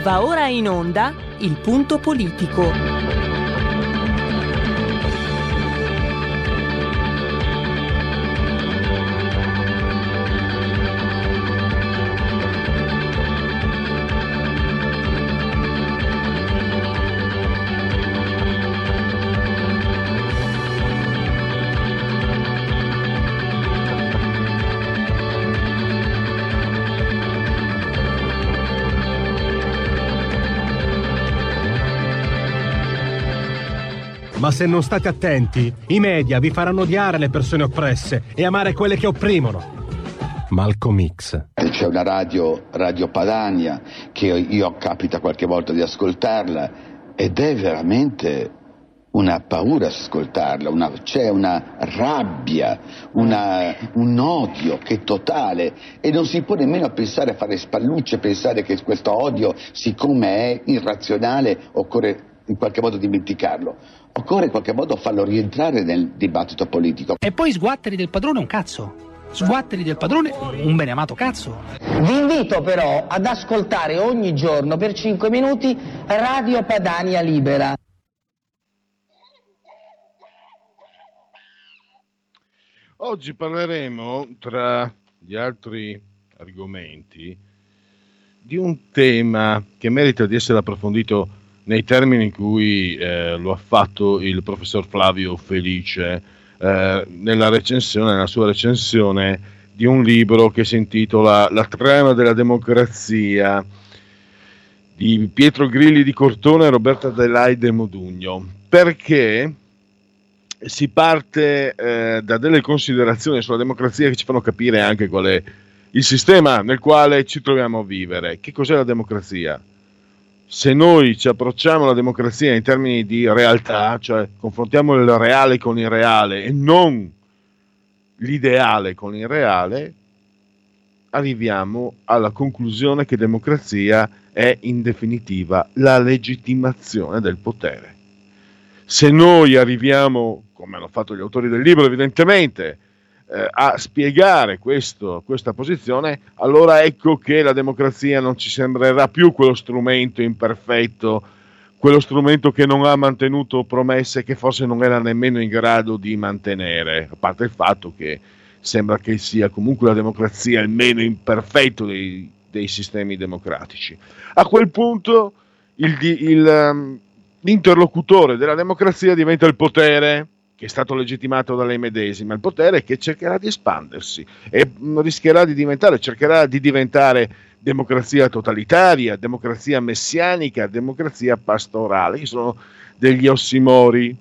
Va ora in onda Il Punto Politico. Ma se non state attenti, i media vi faranno odiare le persone oppresse e amare quelle che opprimono. Malcolm X. C'è una Radio Padania, che io capita qualche volta di ascoltarla, ed è veramente una paura ascoltarla, c'è una rabbia, un odio che è totale, e non si può nemmeno pensare a fare spallucce, pensare che questo odio, siccome è irrazionale, occorre in qualche modo dimenticarlo. Occorre in qualche modo farlo rientrare nel dibattito politico. E poi sguatteri del padrone un cazzo. Sguatteri del padrone un beneamato cazzo. Vi invito però ad ascoltare ogni giorno per 5 minuti Radio Padania Libera. Oggi parleremo, tra gli altri argomenti, di un tema che merita di essere approfondito nei termini in cui lo ha fatto il professor Flavio Felice nella sua recensione di un libro che si intitola La trama della democrazia, di Pietro Grilli di Cortona e Roberta Adelaide Modugno, perché si parte da delle considerazioni sulla democrazia che ci fanno capire anche qual è il sistema nel quale ci troviamo a vivere. Che cos'è la democrazia? Se noi ci approcciamo alla democrazia in termini di realtà, cioè confrontiamo il reale con il reale e non l'ideale con il reale, arriviamo alla conclusione che democrazia è in definitiva la legittimazione del potere. Se noi arriviamo, come hanno fatto gli autori del libro evidentemente, a spiegare questa posizione, allora ecco che la democrazia non ci sembrerà più quello strumento imperfetto, quello strumento che non ha mantenuto promesse che forse non era nemmeno in grado di mantenere, a parte il fatto che sembra che sia comunque la democrazia il meno imperfetto dei sistemi democratici. A quel punto l'interlocutore della democrazia diventa il potere, che è stato legittimato da lei medesima, il potere che cercherà di espandersi e cercherà di diventare democrazia totalitaria, democrazia messianica, democrazia pastorale, che sono degli ossimori.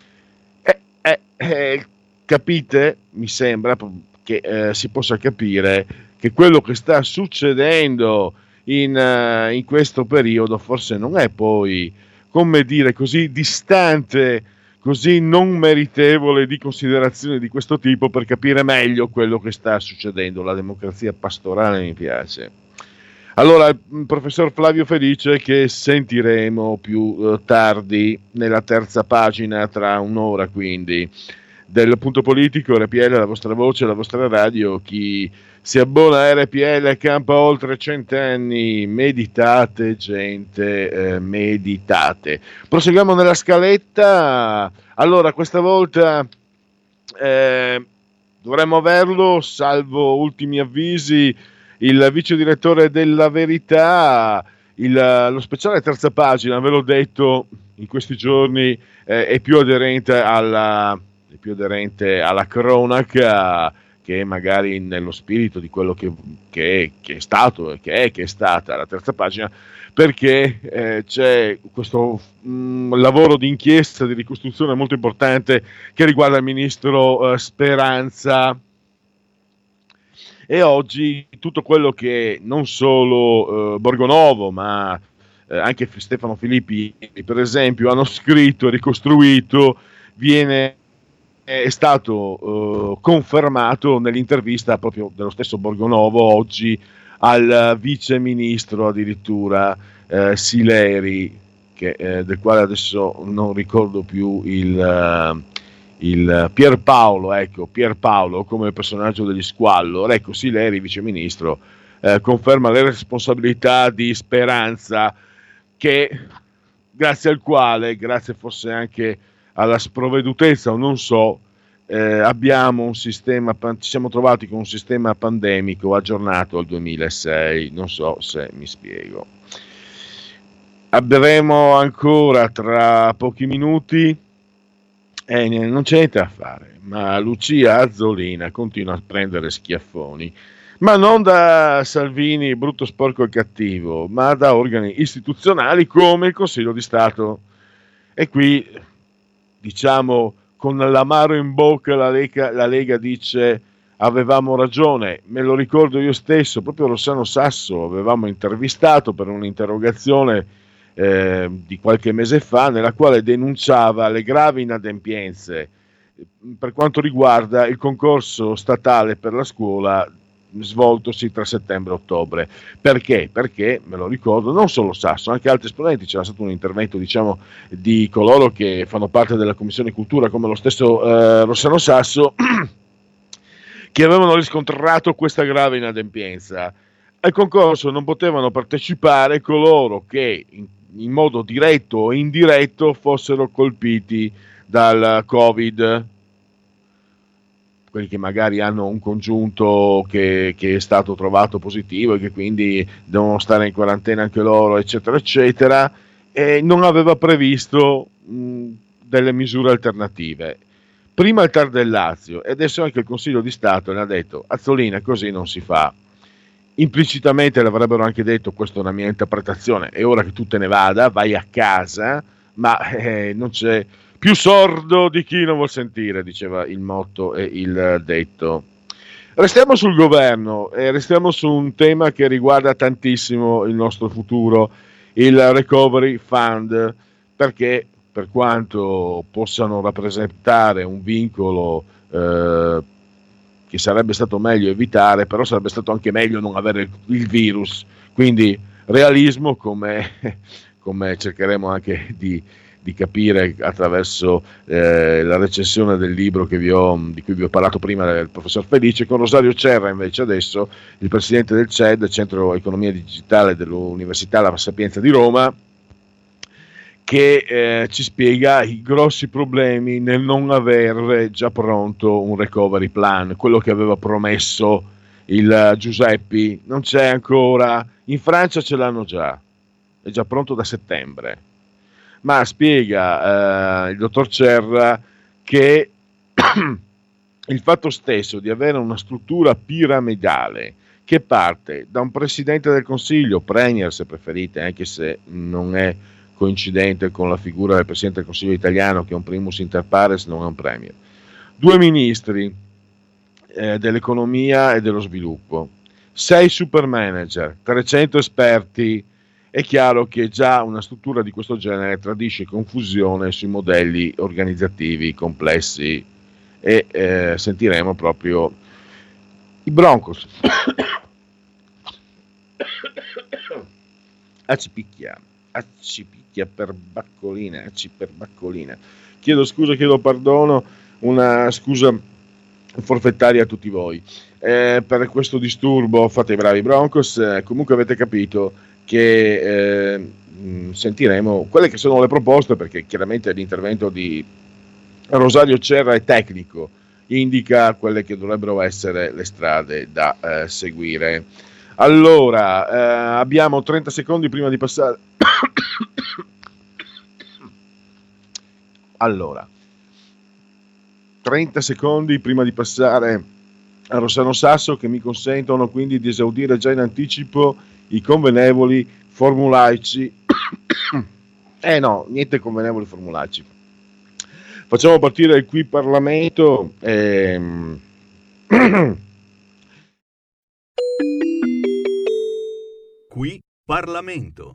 Capite? Mi sembra che si possa capire che quello che sta succedendo in questo periodo forse non è poi, come dire, così distante, così non meritevole di considerazioni di questo tipo per capire meglio quello che sta succedendo. La democrazia pastorale mi piace. Allora, il professor Flavio Felice, che sentiremo più tardi nella terza pagina, tra un'ora quindi, del Punto Politico. RPL, la vostra voce, la vostra radio. Chi si abbona a RPL campa oltre 100 anni. Meditate, gente, meditate. Proseguiamo nella scaletta. Allora, questa volta dovremmo averlo, salvo ultimi avvisi, il vice direttore della Verità. Lo speciale terza pagina, ve l'ho detto in questi giorni, è più aderente alla cronaca, che magari nello spirito di quello che è stato e che è stata la terza pagina, perché c'è questo lavoro di inchiesta, di ricostruzione molto importante che riguarda il ministro Speranza. E oggi tutto quello che non solo Borgonovo, ma anche Stefano Filippi, per esempio, hanno scritto e ricostruito, è stato confermato nell'intervista proprio dello stesso Borgonovo oggi al vice ministro addirittura Sileri, del quale adesso non ricordo più il Pierpaolo come personaggio degli Squallor. Ecco, Sileri, vice ministro, conferma le responsabilità di Speranza grazie al quale, grazie forse anche alla sprovvedutezza o non so, abbiamo un sistema, ci siamo trovati con un sistema pandemico aggiornato al 2006, non so se mi spiego. Avremo ancora tra pochi minuti, non c'è niente da fare, ma Lucia Azzolina continua a prendere schiaffoni, ma non da Salvini brutto, sporco e cattivo, ma da organi istituzionali come il Consiglio di Stato. E qui, diciamo, con l'amaro in bocca la Lega dice: avevamo ragione. Me lo ricordo io stesso, proprio Rossano Sasso avevamo intervistato per un'interrogazione di qualche mese fa, nella quale denunciava le gravi inadempienze per quanto riguarda il concorso statale per la scuola svoltosi tra settembre e ottobre. Perché? Perché, me lo ricordo, non solo Sasso, anche altri esponenti, c'era stato un intervento, diciamo, di coloro che fanno parte della Commissione Cultura, come lo stesso Rossano Sasso, che avevano riscontrato questa grave inadempienza. Al concorso non potevano partecipare coloro che in modo diretto o indiretto fossero colpiti dal Covid, quelli che magari hanno un congiunto che è stato trovato positivo e che quindi devono stare in quarantena anche loro, eccetera eccetera, e non aveva previsto delle misure alternative. Prima il TAR del Lazio e adesso anche il Consiglio di Stato ne ha detto: Azzolina, così non si fa. Implicitamente l'avrebbero anche detto: questa è una mia interpretazione, è ora che tu te ne vada, vai a casa, ma non c'è più sordo di chi non vuol sentire, diceva il motto e il detto. Restiamo sul governo e restiamo su un tema che riguarda tantissimo il nostro futuro, il Recovery Fund, perché per quanto possano rappresentare un vincolo che sarebbe stato meglio evitare, però sarebbe stato anche meglio non avere il virus, quindi realismo, come cercheremo anche di capire attraverso la recensione del libro di cui vi ho parlato prima, del professor Felice, con Rosario Cerra invece adesso, il presidente del CED, Centro Economia Digitale dell'Università La Sapienza di Roma, che ci spiega i grossi problemi nel non avere già pronto un recovery plan, quello che aveva promesso il Giuseppi. Non c'è ancora, in Francia ce l'hanno già, è già pronto da settembre, ma spiega il dottor Cerra che il fatto stesso di avere una struttura piramidale che parte da un presidente del Consiglio, premier se preferite, anche se non è coincidente con la figura del Presidente del Consiglio italiano, che è un primus inter pares, non è un premier, 2 ministri dell'economia e dello sviluppo, 6 super manager, 300 esperti. È chiaro che già una struttura di questo genere tradisce confusione sui modelli organizzativi complessi e sentiremo proprio i Broncos accipicchia per baccolina. Chiedo scusa, chiedo perdono, una scusa forfettaria a tutti voi per questo disturbo. Fate i bravi Broncos. Comunque avete capito che sentiremo quelle che sono le proposte, perché chiaramente l'intervento di Rosario Cerra è tecnico, indica quelle che dovrebbero essere le strade da seguire. Allora, abbiamo 30 secondi prima di passare. Allora, 30 secondi prima di passare a Rossano Sasso, che mi consentono quindi di esaudire già in anticipo i convenevoli formulaici. No, niente convenevoli formulaici. Facciamo partire il Qui Parlamento. Qui Parlamento.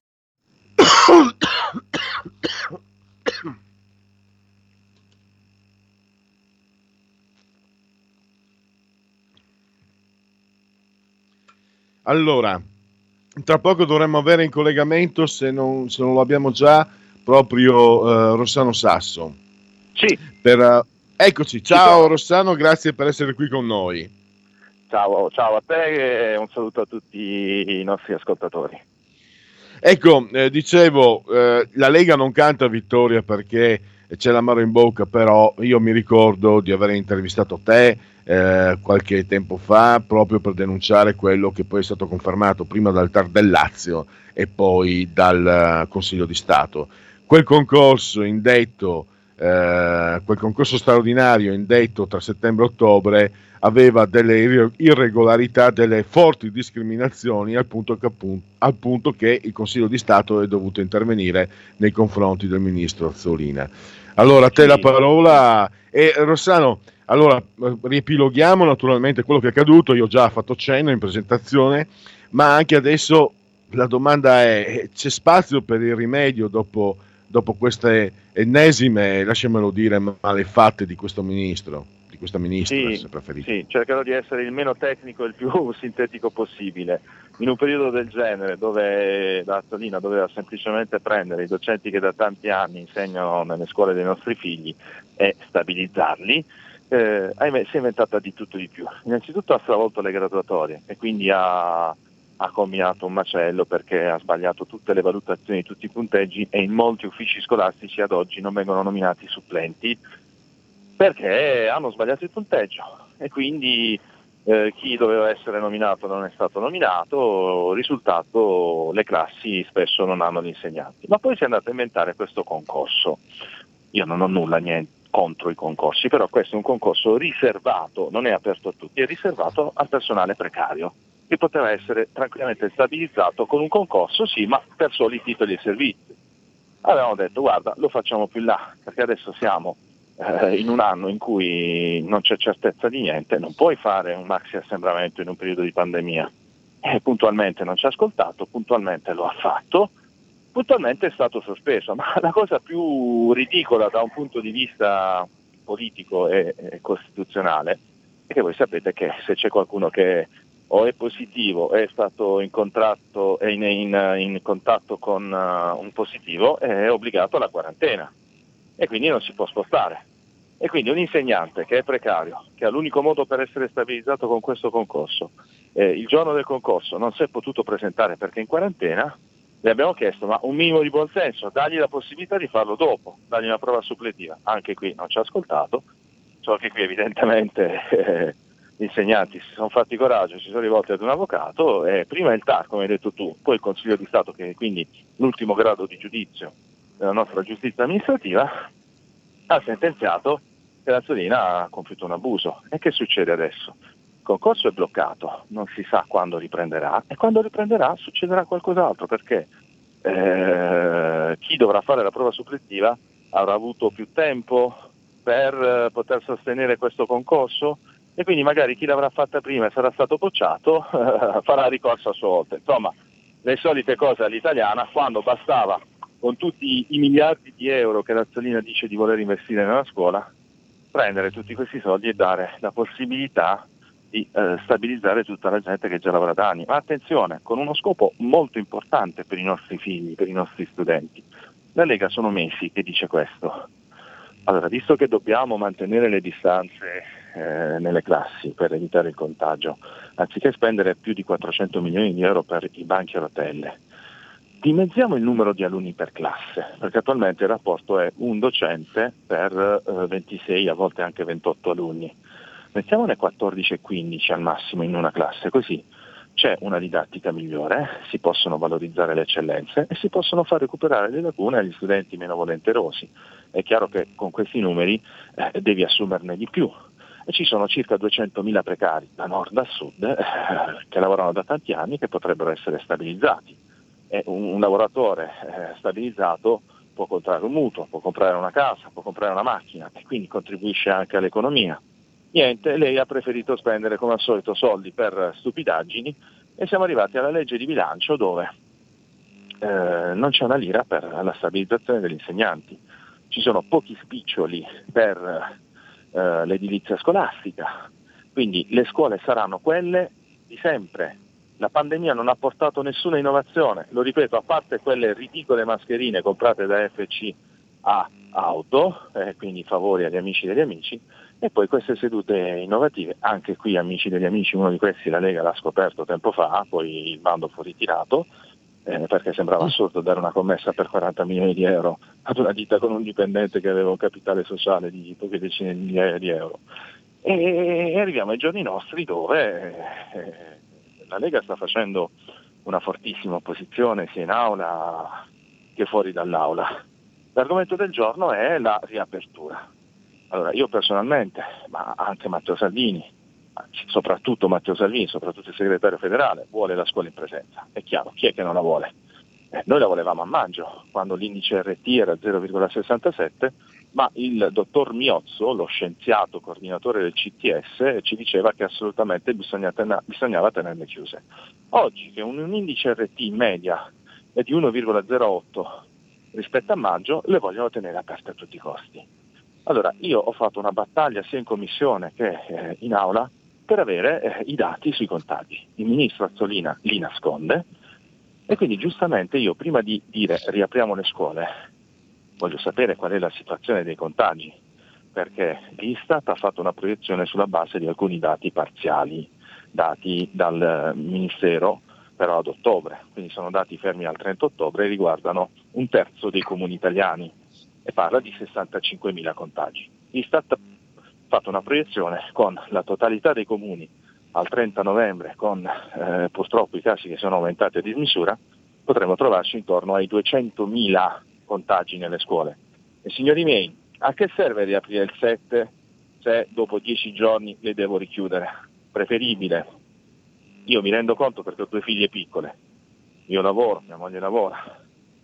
Allora, tra poco dovremmo avere in collegamento, se non lo abbiamo già, proprio Rossano Sasso. Sì. Eccoci, ciao Rossano, grazie per essere qui con noi. Ciao a te e un saluto a tutti i nostri ascoltatori. Ecco, dicevo, la Lega non canta vittoria perché c'è l'amaro in bocca, però io mi ricordo di aver intervistato te qualche tempo fa proprio per denunciare quello che poi è stato confermato prima dal TAR del Lazio e poi dal Consiglio di Stato. Quel concorso indetto, quel concorso straordinario indetto tra settembre e ottobre aveva delle irregolarità, delle forti discriminazioni al punto che il Consiglio di Stato è dovuto intervenire nei confronti del ministro Azzolina. Allora, a te la parola. E Rossano, allora riepiloghiamo naturalmente quello che è accaduto. Io ho già fatto cenno in presentazione, ma anche adesso la domanda è: c'è spazio per il rimedio dopo queste ennesime, lasciamelo dire, malefatte di questo ministro? Di questa ministra, se preferite. Sì, cercherò di essere il meno tecnico e il più sintetico possibile. In un periodo del genere, dove la Azzolina doveva semplicemente prendere i docenti che da tanti anni insegnano nelle scuole dei nostri figli e stabilizzarli, ahimè si è inventata di tutto di più. Innanzitutto ha stravolto le graduatorie e quindi ha combinato un macello, perché ha sbagliato tutte le valutazioni, tutti i punteggi, e in molti uffici scolastici ad oggi non vengono nominati supplenti perché hanno sbagliato il punteggio, e quindi chi doveva essere nominato non è stato nominato. Risultato: le classi spesso non hanno gli insegnanti. Ma poi si è andato a inventare questo concorso. Io non ho nulla contro i concorsi, però questo è un concorso riservato, non è aperto a tutti, è riservato al personale precario, che poteva essere tranquillamente stabilizzato con un concorso, sì, ma per soli titoli e servizi. Avevamo detto: guarda, lo facciamo più in là, perché adesso siamo in un anno in cui non c'è certezza di niente, non puoi fare un maxi assembramento in un periodo di pandemia. Puntualmente non ci ha ascoltato, puntualmente lo ha fatto, puntualmente è stato sospeso. Ma la cosa più ridicola da un punto di vista politico e costituzionale è che voi sapete che se c'è qualcuno che o è positivo, è stato in contratto, è in contatto con un positivo, è obbligato alla quarantena e quindi non si può spostare. E quindi un insegnante che è precario, che ha l'unico modo per essere stabilizzato con questo concorso, il giorno del concorso non si è potuto presentare perché in quarantena, le abbiamo chiesto: ma un minimo di buonsenso, dagli la possibilità di farlo dopo, dagli una prova suppletiva. Anche qui non ci ha ascoltato, solo che qui evidentemente gli insegnanti si sono fatti coraggio, si sono rivolti ad un avvocato, e prima il TAR, come hai detto tu, poi il Consiglio di Stato, che è quindi l'ultimo grado di giudizio della nostra giustizia amministrativa, ha sentenziato che l'Azzolina ha compiuto un abuso. E che succede adesso? Il concorso è bloccato, non si sa quando riprenderà, e quando riprenderà succederà qualcos'altro, perché chi dovrà fare la prova suppletiva avrà avuto più tempo per poter sostenere questo concorso, e quindi magari chi l'avrà fatta prima e sarà stato bocciato farà ricorso a sua volta. Insomma, le solite cose all'italiana, quando bastava, con tutti i miliardi di euro che l'Azzolina dice di voler investire nella scuola, prendere tutti questi soldi e dare la possibilità di stabilizzare tutta la gente che già lavora da anni. Ma attenzione, con uno scopo molto importante per i nostri figli, per i nostri studenti. La Lega sono mesi che dice questo. Allora, visto che dobbiamo mantenere le distanze nelle classi per evitare il contagio, anziché spendere più di 400 milioni di euro per i banchi a rotelle, dimezziamo il numero di alunni per classe, perché attualmente il rapporto è un docente per 26, a volte anche 28 alunni. Mettiamone 14 e 15 al massimo in una classe, così c'è una didattica migliore, si possono valorizzare le eccellenze e si possono far recuperare le lacune agli studenti meno volenterosi. È chiaro che con questi numeri devi assumerne di più. E ci sono circa 200.000 precari da nord a sud che lavorano da tanti anni, che potrebbero essere stabilizzati. E un lavoratore stabilizzato può comprare un mutuo, può comprare una casa, può comprare una macchina, e quindi contribuisce anche all'economia. Niente, lei ha preferito spendere come al solito soldi per stupidaggini, e siamo arrivati alla legge di bilancio dove non c'è una lira per la stabilizzazione degli insegnanti. Ci sono pochi spiccioli per l'edilizia scolastica, quindi le scuole saranno quelle di sempre. La pandemia non ha portato nessuna innovazione, lo ripeto, a parte quelle ridicole mascherine comprate da FC a auto, quindi favori agli amici degli amici, e poi queste sedute innovative. Anche qui, amici degli amici, uno di questi la Lega l'ha scoperto tempo fa, poi il bando fu ritirato, perché sembrava assurdo dare una commessa per 40 milioni di euro ad una ditta con un dipendente che aveva un capitale sociale di poche decine di migliaia di euro. E arriviamo ai giorni nostri dove la Lega sta facendo una fortissima opposizione sia in aula che fuori dall'aula. L'argomento del giorno è la riapertura. Allora, io personalmente, ma anche Matteo Salvini, soprattutto Matteo Salvini, soprattutto il segretario federale, vuole la scuola in presenza. È chiaro, chi è che non la vuole? Noi la volevamo a maggio, quando l'indice RT era 0,67, ma il dottor Miozzo, lo scienziato coordinatore del CTS, ci diceva che assolutamente bisognava tenerle chiuse. Oggi, che un indice RT in media è di 1,08 rispetto a maggio, le vogliono tenere aperte a tutti i costi. Allora, io ho fatto una battaglia sia in commissione che in aula per avere i dati sui contagi. Il ministro Azzolina li nasconde e quindi giustamente io, prima di dire riapriamo le scuole, voglio sapere qual è la situazione dei contagi, perché l'Istat ha fatto una proiezione sulla base di alcuni dati parziali, dati dal Ministero però ad ottobre, quindi sono dati fermi al 30 ottobre e riguardano un terzo dei comuni italiani e parla di 65.000 contagi. L'Istat ha fatto una proiezione con la totalità dei comuni al 30 novembre, con purtroppo i casi che sono aumentati a dismisura, potremmo trovarci intorno ai 200.000 contagi nelle scuole. E signori miei, a che serve riaprire il 7 se dopo 10 giorni le devo richiudere? Preferibile. Io mi rendo conto perché ho 2 figlie piccole, io lavoro, mia moglie lavora,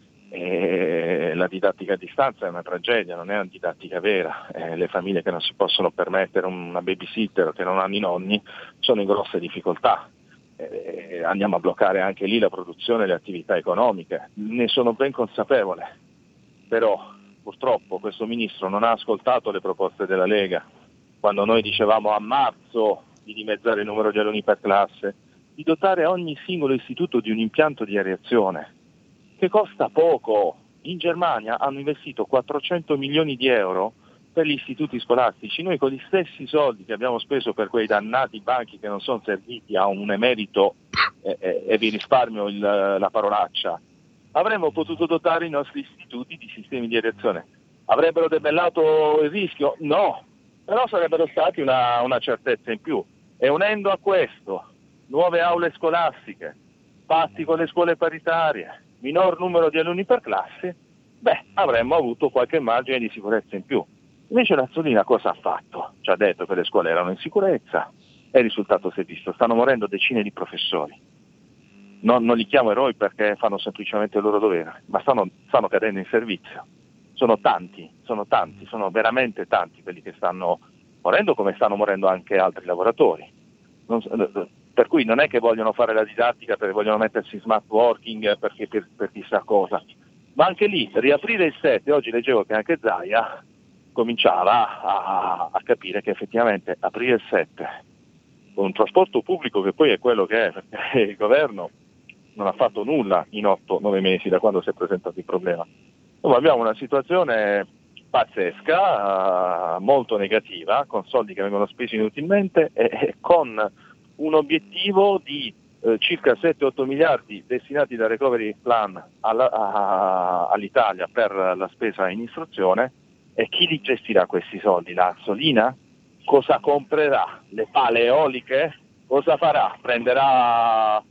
e la didattica a distanza è una tragedia, non è una didattica vera. Le famiglie che non si possono permettere una babysitter, che non hanno i nonni, sono in grosse difficoltà. Andiamo a bloccare anche lì la produzione e le attività economiche, ne sono ben consapevole, però purtroppo questo ministro non ha ascoltato le proposte della Lega, quando noi dicevamo a marzo di dimezzare il numero di alunni per classe, di dotare ogni singolo istituto di un impianto di areazione che costa poco. In Germania hanno investito 400 milioni di euro per gli istituti scolastici. Noi con gli stessi soldi che abbiamo speso per quei dannati banchi che non sono serviti a un emerito, e vi risparmio la parolaccia, avremmo potuto dotare i nostri istituti di sistemi di areazione. Avrebbero debellato il rischio? No, però sarebbero stati una certezza in più. E unendo a questo nuove aule scolastiche, patti con le scuole paritarie, minor numero di alunni per classe, avremmo avuto qualche margine di sicurezza in più. Invece l'Azzolina cosa ha fatto? Ci ha detto che le scuole erano in sicurezza e il risultato si è visto, stanno morendo decine di professori. Non li chiamo eroi perché fanno semplicemente il loro dovere, ma stanno cadendo in servizio. Sono tanti, sono veramente tanti quelli che stanno morendo, come stanno morendo anche altri lavoratori. Per cui non è che vogliono fare la didattica perché vogliono mettersi in smart working perché per chissà cosa, ma anche lì riaprire il 7, oggi leggevo che anche Zaia cominciava a capire che effettivamente aprire il 7 con un trasporto pubblico che poi è quello che è, perché il governo non ha fatto nulla in 8-9 mesi da quando si è presentato il problema. Noi abbiamo una situazione pazzesca, molto negativa, con soldi che vengono spesi inutilmente e con un obiettivo di circa 7-8 miliardi destinati dal recovery plan all'Italia per la spesa in istruzione. E chi li gestirà questi soldi? La Azzolina? Cosa comprerà? Le pale eoliche? Cosa farà? Prenderà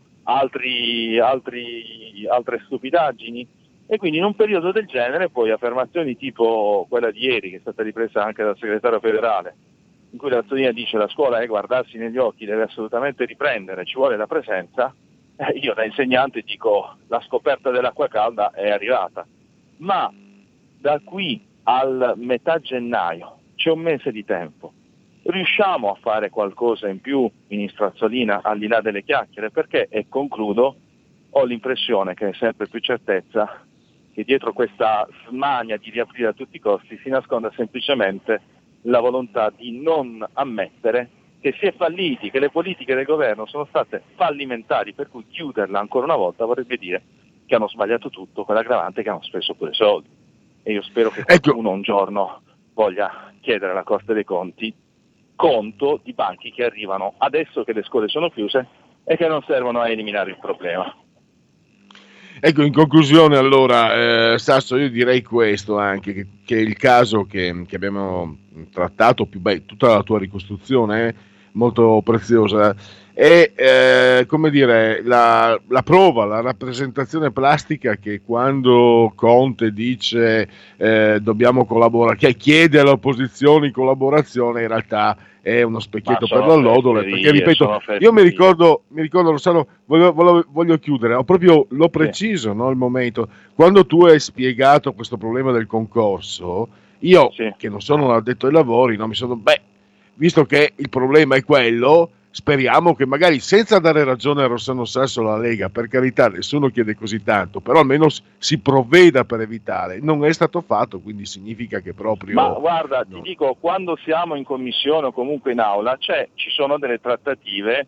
altre stupidaggini? E quindi in un periodo del genere poi affermazioni tipo quella di ieri, che è stata ripresa anche dal segretario federale, in cui l'Azzolina dice la scuola è guardarsi negli occhi, deve assolutamente riprendere, ci vuole la presenza, io da insegnante dico la scoperta dell'acqua calda è arrivata, ma da qui al metà gennaio c'è un mese di tempo, riusciamo a fare qualcosa in più, ministro Azzolina, al di là delle chiacchiere, perché, e concludo, ho l'impressione che è sempre più certezza che dietro questa smania di riaprire a tutti i costi si nasconda semplicemente la volontà di non ammettere che si è falliti, che le politiche del governo sono state fallimentari, per cui chiuderla ancora una volta vorrebbe dire che hanno sbagliato tutto, con l'aggravante che hanno speso pure soldi. E io spero che qualcuno un giorno voglia chiedere alla Corte dei Conti conto di banchi che arrivano adesso che le scuole sono chiuse e che non servono a eliminare il problema. Ecco, in conclusione allora, Sasso, io direi questo anche, che il caso che abbiamo trattato, tutta la tua ricostruzione è molto preziosa, è come dire, la prova, la rappresentazione plastica che quando Conte dice dobbiamo collaborare, che chiede alle opposizioni collaborazione, in realtà è uno specchietto per l'allodole, perché ripeto, io mi ricordo Rossano, voglio chiudere, l'ho preciso, no, il momento, quando tu hai spiegato questo problema del concorso, io che non sono un addetto ai lavori, no, mi sono, visto che il problema è quello, speriamo che magari, senza dare ragione a Rossano Sasso alla Lega, per carità, nessuno chiede così tanto, però almeno si provveda per evitare. Non è stato fatto, quindi significa che proprio... Ma guarda, ti dico, quando siamo in commissione o comunque in aula, ci sono delle trattative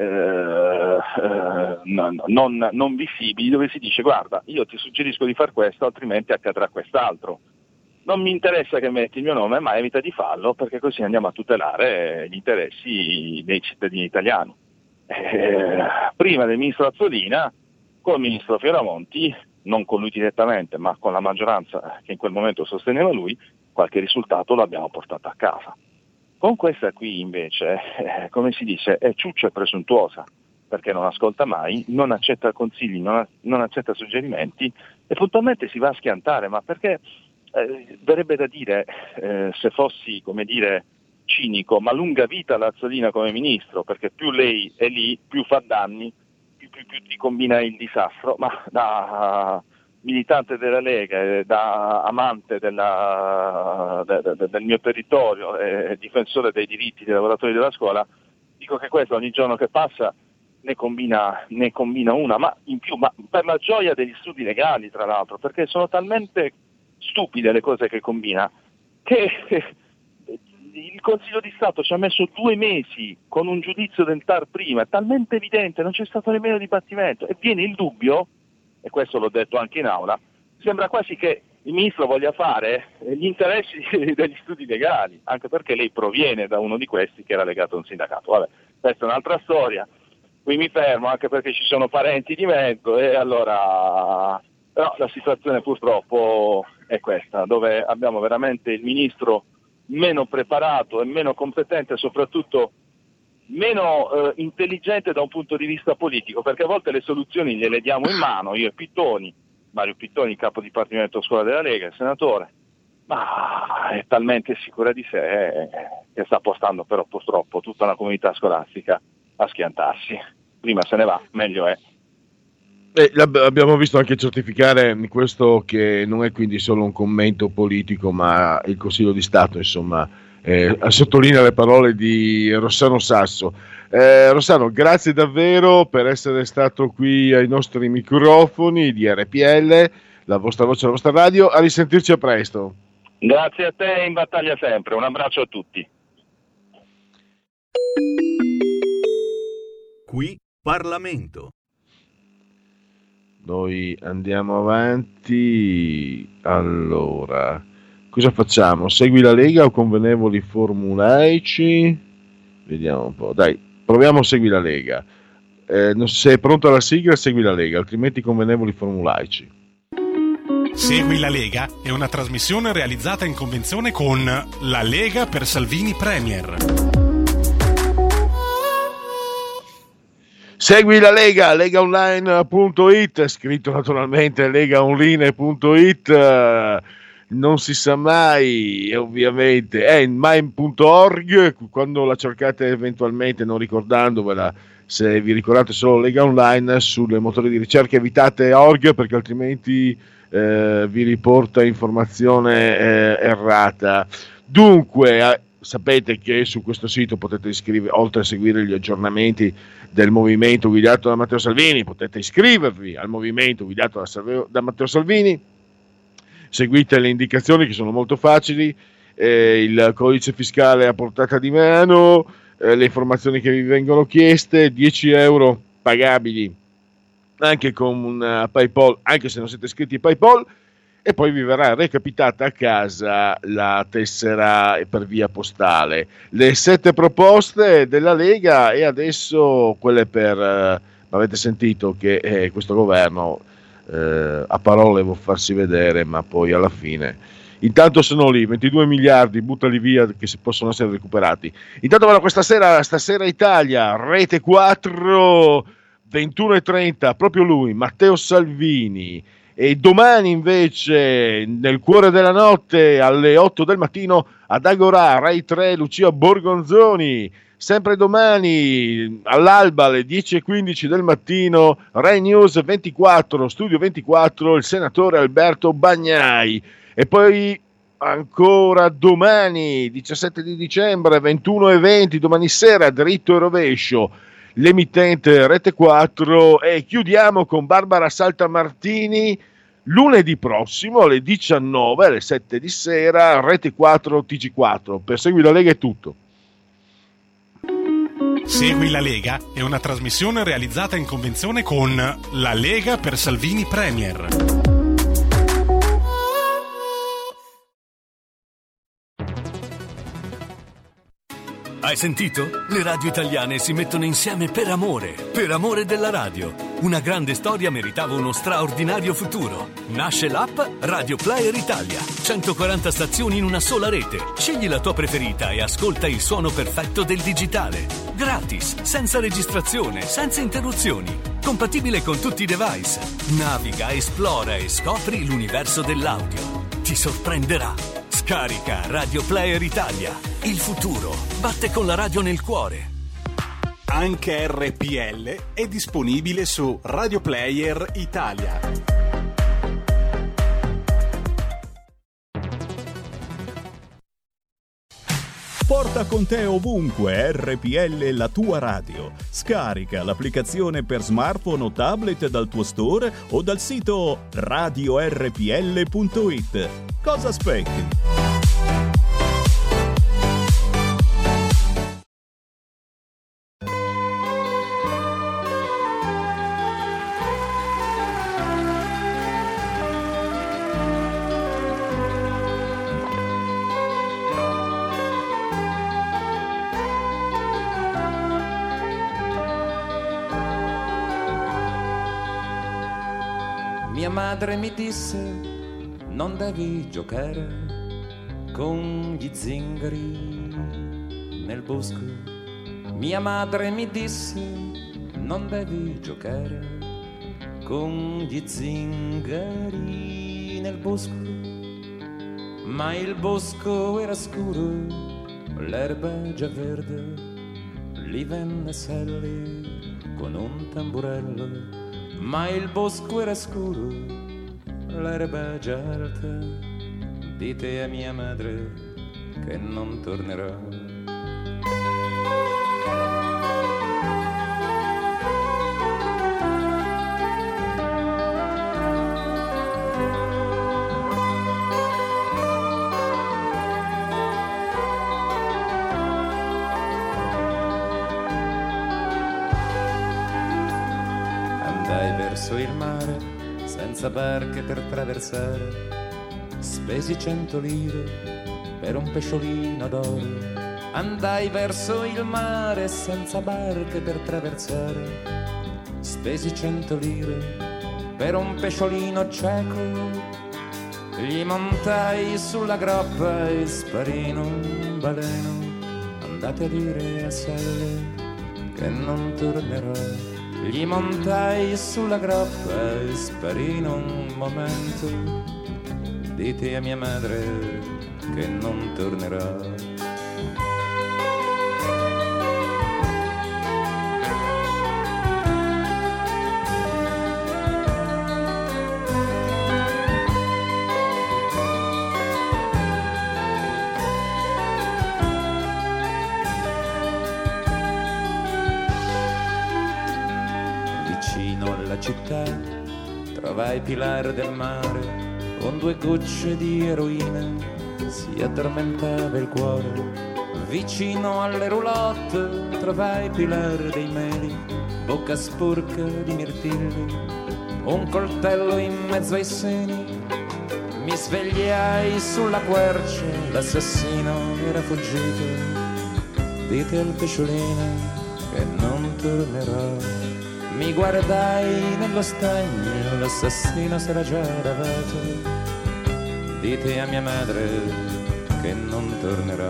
non visibili, dove si dice: guarda, io ti suggerisco di far questo, altrimenti accadrà quest'altro. Non mi interessa che metti il mio nome, ma evita di farlo, perché così andiamo a tutelare gli interessi dei cittadini italiani. Prima del ministro Azzolina, con il ministro Fioramonti, non con lui direttamente, ma con la maggioranza che in quel momento sosteneva lui, qualche risultato l'abbiamo portato a casa. Con questa qui invece, come si dice, è ciuccia e presuntuosa, perché non ascolta mai, non accetta consigli, non accetta suggerimenti e puntualmente si va a schiantare, ma perché... verrebbe da dire, se fossi, come dire, cinico, ma lunga vita l'Azzolina come ministro, perché più lei è lì, più fa danni, più ti combina il disastro, ma da militante della Lega, da amante del mio territorio e difensore dei diritti dei lavoratori della scuola, dico che questo ogni giorno che passa ne combina una, ma in più, ma per la gioia degli studi legali, tra l'altro, perché sono talmente stupide le cose che combina, che il Consiglio di Stato ci ha messo 2 mesi con un giudizio del TAR prima, è talmente evidente, non c'è stato nemmeno dibattimento, e viene il dubbio, e questo l'ho detto anche in aula, sembra quasi che il ministro voglia fare gli interessi degli studi legali, anche perché lei proviene da uno di questi che era legato a un sindacato. Vabbè, questa è un'altra storia, qui mi fermo anche perché ci sono parenti di mezzo, e allora... Però la situazione purtroppo è questa, dove abbiamo veramente il ministro meno preparato e meno competente, e soprattutto meno intelligente da un punto di vista politico, perché a volte le soluzioni gliele diamo in mano, io e Pittoni, Mario Pittoni, capo dipartimento scuola della Lega, il senatore, ma è talmente sicura di sé che sta portando però purtroppo tutta la comunità scolastica a schiantarsi. Prima se ne va, meglio è. Abbiamo visto anche certificare questo, che non è quindi solo un commento politico, ma il Consiglio di Stato, insomma, sottolinea le parole di Rossano Sasso. Rossano, grazie davvero per essere stato qui ai nostri microfoni di RPL, la vostra voce, la vostra radio. A risentirci a presto. Grazie a te, in battaglia sempre. Un abbraccio a tutti. Qui Parlamento. Noi andiamo avanti. Allora, cosa facciamo? Segui la Lega o convenevoli formulaici? Vediamo un po'. Dai, proviamo Segui la Lega. Se è pronta la sigla, segui la Lega, altrimenti convenevoli formulaici. Segui la Lega è una trasmissione realizzata in convenzione con La Lega per Salvini Premier. Segui la Lega, legaonline.it, scritto naturalmente legaonline.it, non si sa mai, ovviamente, è in mime.org, quando la cercate eventualmente, non ricordandovela, se vi ricordate solo Lega Online, sulle motori di ricerca evitate org, perché altrimenti vi riporta informazione errata. Dunque, sapete che su questo sito potete iscrivervi, oltre a seguire gli aggiornamenti del movimento guidato da Matteo Salvini, potete iscrivervi al movimento guidato da Matteo Salvini. Seguite le indicazioni che sono molto facili, il codice fiscale a portata di mano, le informazioni che vi vengono chieste, 10 euro pagabili anche con un PayPal, anche se non siete iscritti a PayPal, e poi vi verrà recapitata a casa la tessera per via postale. Le 7 proposte della Lega, e adesso quelle per avete sentito che questo governo a parole vuol farsi vedere, ma poi alla fine intanto sono lì 22 miliardi, buttali via che si possono essere recuperati. Intanto vanno stasera Italia, Rete 4, 21:30, proprio lui, Matteo Salvini. E domani invece nel cuore della notte alle 8 del mattino ad Agorà, Rai 3, Lucia Borgonzoni. Sempre domani all'alba alle 10:15 del mattino Rai News 24, Studio 24, il senatore Alberto Bagnai. E poi ancora domani 17 di dicembre 21:20, domani sera Dritto e Rovescio, l'emittente Rete 4, e chiudiamo con Barbara Saltamartini lunedì prossimo alle 19, alle 7 di sera, Rete 4 TG4. Per Segui la Lega è tutto. Segui la Lega è una trasmissione realizzata in convenzione con La Lega per Salvini Premier. Hai sentito? Le radio italiane si mettono insieme per amore della radio. Una grande storia meritava uno straordinario futuro. Nasce l'app Radio Player Italia. 140 stazioni in una sola rete. Scegli la tua preferita e ascolta il suono perfetto del digitale. Gratis, senza registrazione, senza interruzioni. Compatibile con tutti i device. Naviga, esplora e scopri l'universo dell'audio. Ti sorprenderà. Scarica Radio Player Italia. Il futuro batte con la radio nel cuore. Anche RPL è disponibile su Radio Player Italia. Porta con te ovunque RPL, la tua radio. Scarica l'applicazione per smartphone o tablet dal tuo store o dal sito radiorpl.it. Cosa aspetti? Mia madre mi disse: non devi giocare con gli zingari nel bosco. Mia madre mi disse: non devi giocare con gli zingari nel bosco. Ma il bosco era scuro, l'erba già verde, lì venne Sally con un tamburello. Ma il bosco era scuro, l'erba già alta, dite a mia madre che non tornerò. Verso il mare, senza barche per traversare, spesi 100 lire per un pesciolino d'oro. Andai verso il mare, senza barche per traversare, spesi 100 lire per un pesciolino cieco. Gli montai sulla groppa e sparì in un baleno. Andate a dire a Sally che non tornerò. Gli montai sulla groppa e sparì in un momento. Dite a mia madre che non tornerò. Città trovai Pilar del Mare con 2 gocce di eroina, si addormentava il cuore. Vicino alle roulotte trovai Pilar dei Meli, bocca sporca di mirtilli, un coltello in mezzo ai seni. Mi svegliai sulla quercia, l'assassino era fuggito. Dite al pesciolino che non tornerò. Mi guardai nello stagno, l'assassino sarà già arrivato. Dite a mia madre che non tornerà.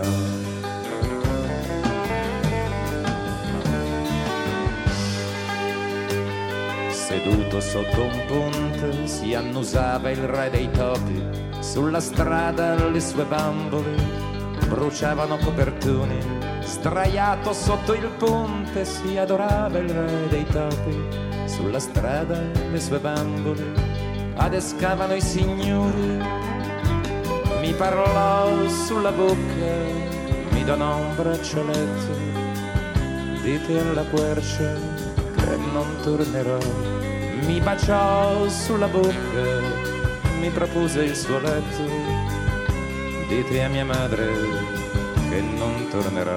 Seduto sotto un ponte si annusava il re dei topi. Sulla strada le sue bambole bruciavano copertoni. Sdraiato sotto il ponte si adorava il re dei topi. Sulla strada le sue bambole adescavano i signori. Mi parlò sulla bocca, mi donò un braccialetto. Dite alla quercia che non tornerò. Mi baciò sulla bocca, mi propose il suo letto. Dite a mia madre che non tornerà.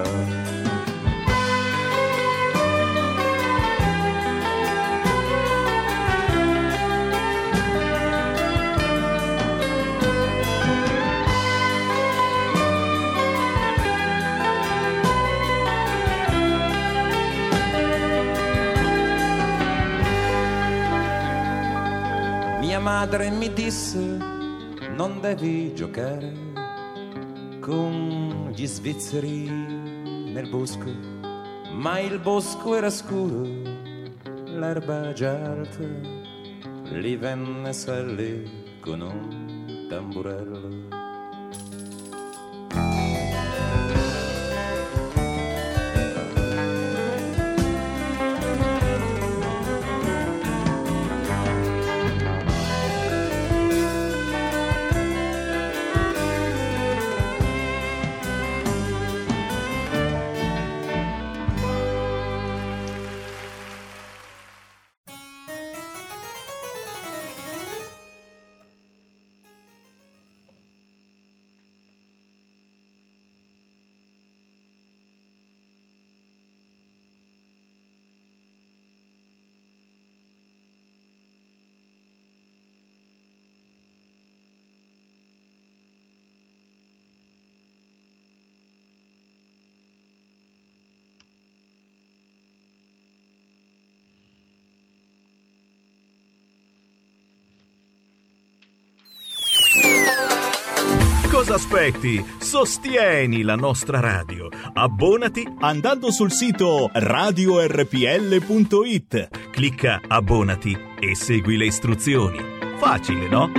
Mia madre mi disse: non devi giocare con gli svizzeri nel bosco, ma il bosco era scuro, l'erba già alta, lì venne Sally con un tamburello. Cosa aspetti? Sostieni la nostra radio. Abbonati andando sul sito radiorpl.it. Clicca abbonati e segui le istruzioni. Facile, no?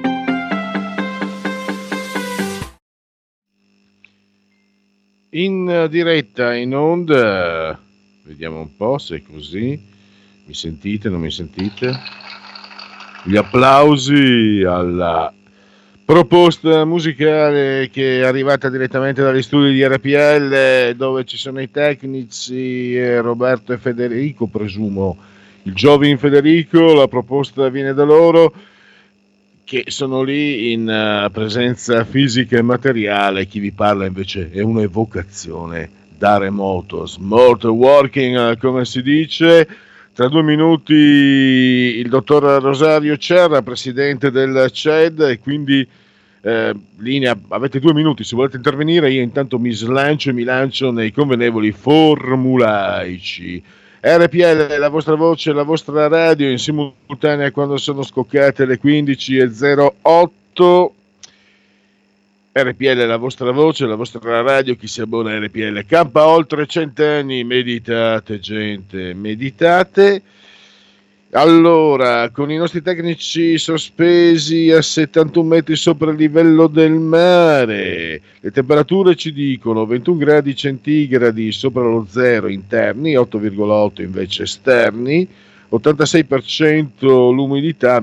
In diretta, in onda, vediamo un po' se è così. Mi sentite, non mi sentite? Gli applausi alla proposta musicale che è arrivata direttamente dagli studi di RPL, dove ci sono i tecnici Roberto e Federico, presumo il Giovin Federico. La proposta viene da loro, che sono lì in presenza fisica e materiale. Chi vi parla invece è un'evocazione da remoto, smart working, come si dice. Tra 2 minuti il dottor Rosario Cerra, presidente del CED, e quindi linea, avete 2 minuti se volete intervenire. Io intanto mi slancio e mi lancio nei convenevoli formulaici. RPL, la vostra voce, la vostra radio, in simultanea quando sono scoccate le 15:08. RPL, la vostra voce, la vostra radio, chi si abbona a RPL campa oltre 100 anni. Meditate, gente, meditate. Allora, con i nostri tecnici sospesi a 71 metri sopra il livello del mare, le temperature ci dicono 21 gradi centigradi sopra lo zero interni, 8,8 invece esterni, 86% l'umidità,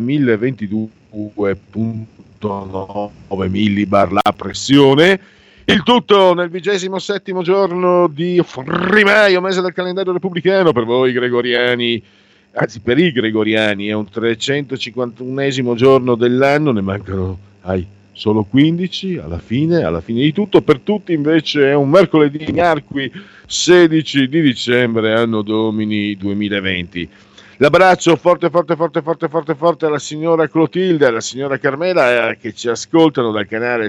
1022,9 millibar la pressione. Il tutto nel 27° giorno di febbraio, mese del calendario repubblicano. Per voi gregoriani, anzi per i gregoriani, è un 351esimo giorno dell'anno, ne mancano solo 15 alla fine di tutto. Per tutti invece è un mercoledì Miarqui 16 di dicembre, anno domini 2020. L'abbraccio forte alla signora Clotilde, alla signora Carmela, che ci ascoltano dal canale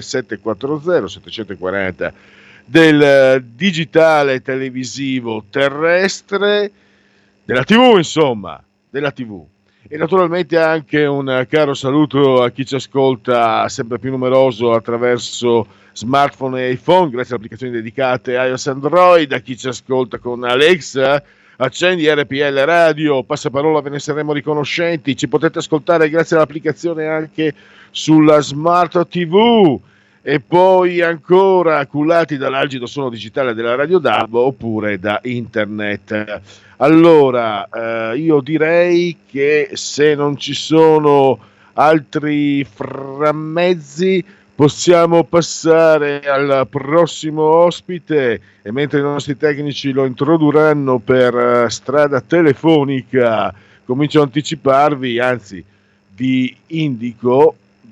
740 del digitale televisivo terrestre, della TV, insomma, della TV. E naturalmente anche un caro saluto a chi ci ascolta sempre più numeroso attraverso smartphone e iPhone, grazie alle applicazioni dedicate iOS e Android, a chi ci ascolta con Alexa. Accendi RPL Radio, passaparola, ve ne saremo riconoscenti. Ci potete ascoltare grazie all'applicazione anche sulla Smart TV. E poi ancora cullati dall'algido suono digitale della Radio DAB oppure da internet. Allora, io direi che se non ci sono altri frammezzi possiamo passare al prossimo ospite, e mentre i nostri tecnici lo introdurranno per strada telefonica comincio a anticiparvi, anzi vi indico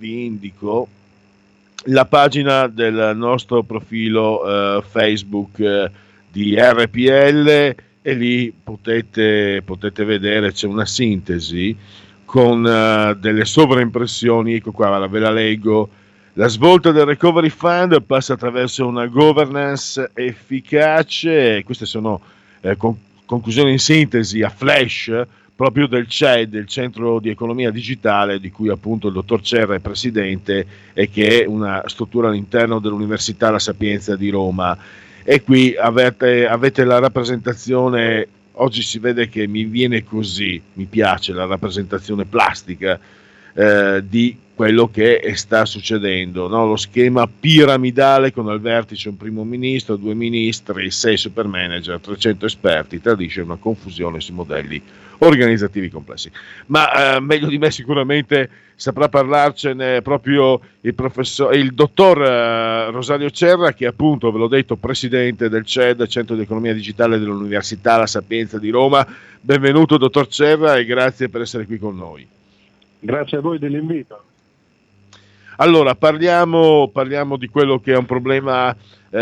la pagina del nostro profilo Facebook di RPL, e lì potete vedere, c'è una sintesi con delle sovraimpressioni. Ecco qua, ve la leggo. La svolta del Recovery Fund passa attraverso una governance efficace. Queste sono conclusioni in sintesi a flash proprio del CED, del Centro di Economia Digitale, di cui appunto il dottor Cerra è presidente e che è una struttura all'interno dell'Università La Sapienza di Roma. E qui avete la rappresentazione, oggi si vede che mi viene così, mi piace la rappresentazione plastica di quello che sta succedendo, no? Lo schema piramidale con al vertice un primo ministro, 2 ministri, 6 super manager, 300 esperti, tradisce una confusione sui modelli organizzativi complessi. Ma meglio di me sicuramente saprà parlarcene proprio il dottor Rosario Cerra, che appunto, ve l'ho detto, presidente del CED, Centro di Economia Digitale dell'Università La Sapienza di Roma. Benvenuto dottor Cerra e grazie per essere qui con noi. Grazie a voi dell'invito. Allora, parliamo di quello che è un problema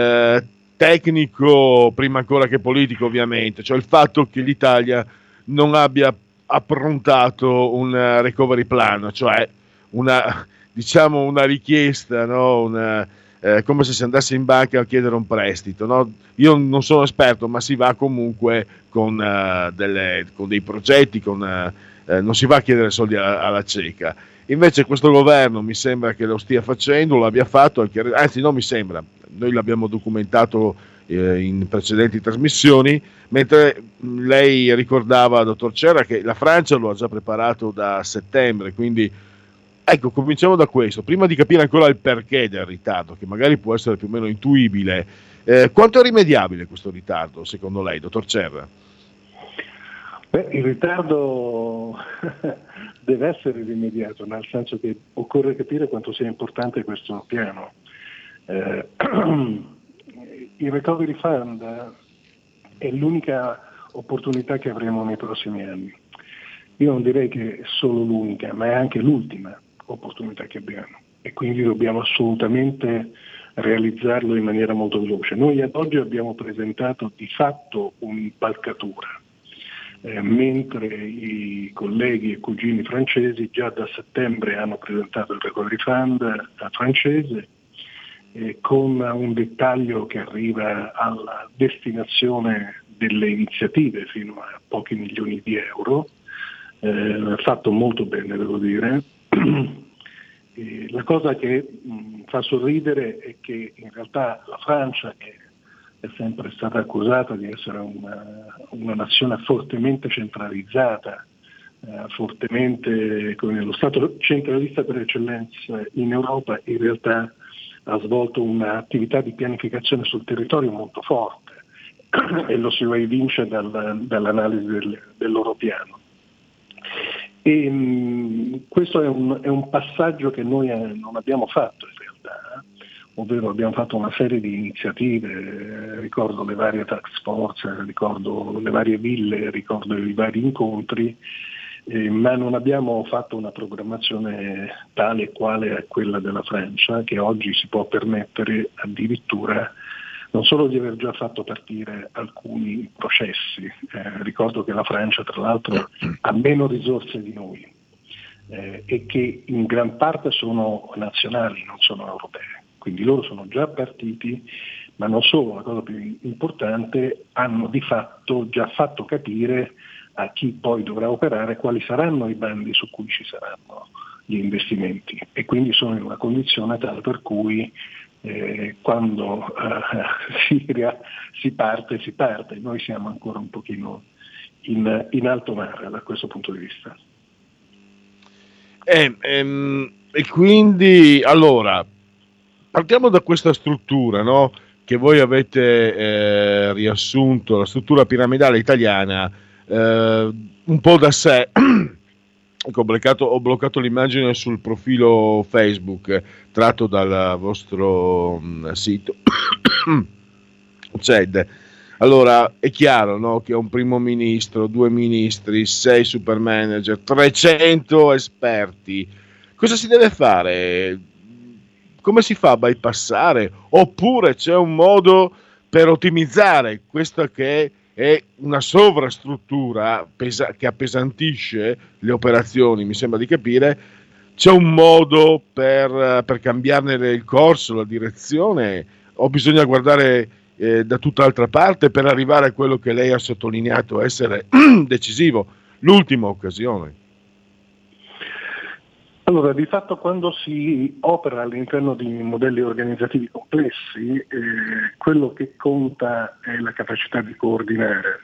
tecnico, prima ancora che politico ovviamente, cioè il fatto che l'Italia non abbia approntato un recovery plan, cioè una richiesta, no? Come se si andasse in banca a chiedere un prestito, no? Io non sono esperto, ma si va comunque con dei progetti, non si va a chiedere soldi alla cieca. Invece questo governo mi sembra che lo stia facendo, lo abbia fatto, anzi non mi sembra, noi l'abbiamo documentato in precedenti trasmissioni, mentre lei ricordava, dottor Cerra, che la Francia lo ha già preparato da settembre, quindi ecco, cominciamo da questo, prima di capire ancora il perché del ritardo, che magari può essere più o meno intuibile. Quanto è rimediabile questo ritardo, secondo lei, dottor Cerra? Il ritardo deve essere rimediato, nel senso che occorre capire quanto sia importante questo piano. Il Recovery Fund è l'unica opportunità che avremo nei prossimi anni. Io non direi che è solo l'unica, ma è anche l'ultima opportunità che abbiamo, e quindi dobbiamo assolutamente realizzarlo in maniera molto veloce. Noi ad oggi abbiamo presentato di fatto un'impalcatura, mentre i colleghi e cugini francesi già da settembre hanno presentato il Recovery Fund francese, con un dettaglio che arriva alla destinazione delle iniziative fino a pochi milioni di euro, fatto molto bene, devo dire. La cosa che fa sorridere è che in realtà la Francia, che è sempre stata accusata di essere una nazione fortemente centralizzata, fortemente come lo Stato centralista per eccellenza in Europa, in realtà ha svolto un'attività di pianificazione sul territorio molto forte e lo si evince dall'analisi del loro piano. E questo è un passaggio che noi non abbiamo fatto in realtà, ovvero abbiamo fatto una serie di iniziative, ricordo le varie task force, ricordo le varie ville, ricordo i vari incontri, ma non abbiamo fatto una programmazione tale e quale è quella della Francia, che oggi si può permettere addirittura non solo di aver già fatto partire alcuni processi, ricordo che la Francia tra l'altro ha meno risorse di noi e che in gran parte sono nazionali, non sono europee. Quindi loro sono già partiti, ma non solo, la cosa più importante, hanno di fatto già fatto capire a chi poi dovrà operare quali saranno i bandi su cui ci saranno gli investimenti, e quindi sono in una condizione tale per cui quando si parte, noi siamo ancora un pochino in alto mare da questo punto di vista. E quindi, allora, partiamo da questa struttura, no? Che voi avete riassunto, la struttura piramidale italiana, un po' da sé. Ho bloccato l'immagine sul profilo Facebook tratto dal vostro sito CED. Allora è chiaro, no, che un primo ministro, 2 ministri, 6 super manager, 300 esperti. Cosa si deve fare? Come si fa a bypassare? Oppure c'è un modo per ottimizzare questa che è una sovrastruttura che appesantisce le operazioni, mi sembra di capire? C'è un modo per cambiarne il corso, la direzione, o bisogna guardare da tutt'altra parte per arrivare a quello che lei ha sottolineato essere decisivo, l'ultima occasione? Allora, di fatto quando si opera all'interno di modelli organizzativi complessi, quello che conta è la capacità di coordinare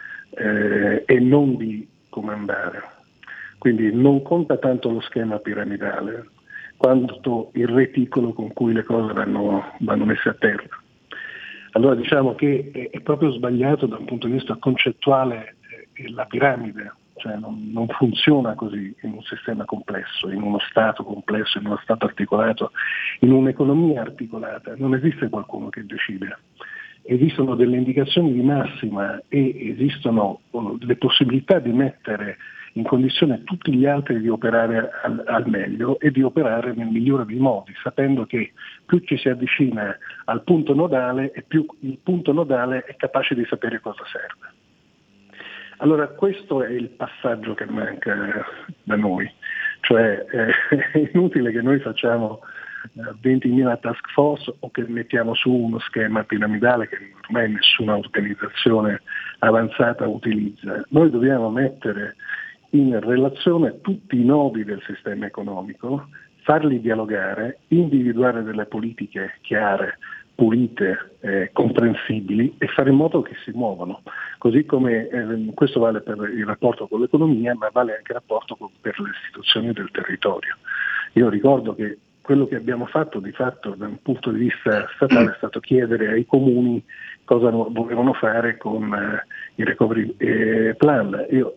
e non di comandare. Quindi non conta tanto lo schema piramidale, quanto il reticolo con cui le cose vanno messe a terra. Allora diciamo che è proprio sbagliato da un punto di vista concettuale la piramide. Cioè non funziona così in un sistema complesso, in uno Stato complesso, in uno Stato articolato, in un'economia articolata. Non esiste qualcuno che decide. Esistono delle indicazioni di massima e esistono le possibilità di mettere in condizione tutti gli altri di operare al meglio e di operare nel migliore dei modi, sapendo che più ci si avvicina al punto nodale e più il punto nodale è capace di sapere cosa serve. Allora questo è il passaggio che manca da noi, cioè è inutile che noi facciamo 20.000 task force o che mettiamo su uno schema piramidale che ormai nessuna organizzazione avanzata utilizza. Noi dobbiamo mettere in relazione tutti i nodi del sistema economico, farli dialogare, individuare delle politiche chiare, pulite, comprensibili e fare in modo che si muovano, così come questo vale per il rapporto con l'economia, ma vale anche il rapporto per le istituzioni del territorio. Io ricordo che quello che abbiamo fatto di fatto da un punto di vista statale è stato chiedere ai comuni cosa volevano fare con il recovery plan. Io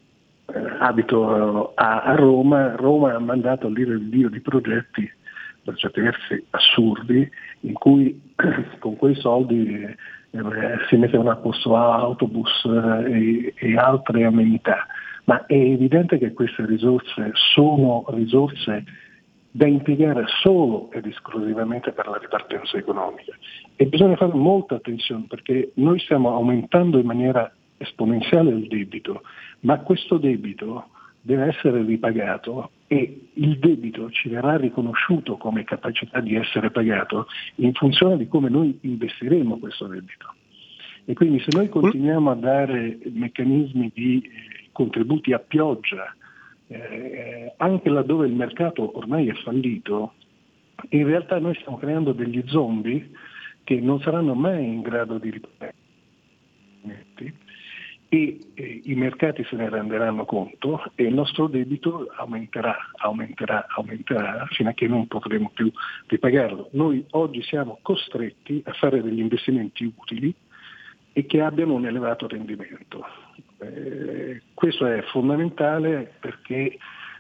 abito a Roma ha mandato l'iro di progetti per certi versi assurdi, in cui con quei soldi si mettevano a posto autobus e altre amenità, ma è evidente che queste risorse sono risorse da impiegare solo ed esclusivamente per la ripartenza economica, e bisogna fare molta attenzione perché noi stiamo aumentando in maniera esponenziale il debito, ma questo debito deve essere ripagato e il debito ci verrà riconosciuto come capacità di essere pagato in funzione di come noi investiremo questo debito. E quindi se noi continuiamo a dare meccanismi di contributi a pioggia, anche laddove il mercato ormai è fallito, in realtà noi stiamo creando degli zombie che non saranno mai in grado di ripagare. E i mercati se ne renderanno conto e il nostro debito aumenterà fino a che non potremo più ripagarlo. Noi oggi siamo costretti a fare degli investimenti utili e che abbiano un elevato rendimento. Questo è fondamentale perché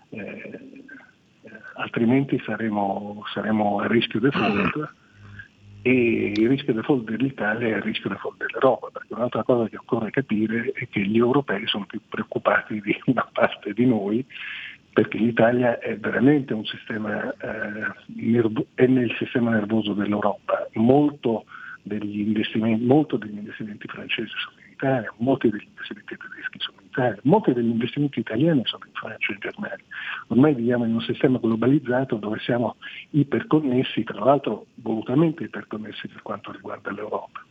altrimenti saremo a rischio default. E il rischio default dell'Italia è il rischio default dell'Europa, perché un'altra cosa che occorre capire è che gli europei sono più preoccupati di una parte di noi, perché l'Italia è veramente un sistema è nel sistema nervoso dell'Europa. Molti degli investimenti francesi sono in Italia, molti degli investimenti tedeschi sono in Italia, molti degli investimenti italiani sono in Francia e in Germania. Ormai viviamo in un sistema globalizzato dove siamo iperconnessi, tra l'altro volutamente iperconnessi per quanto riguarda l'Europa.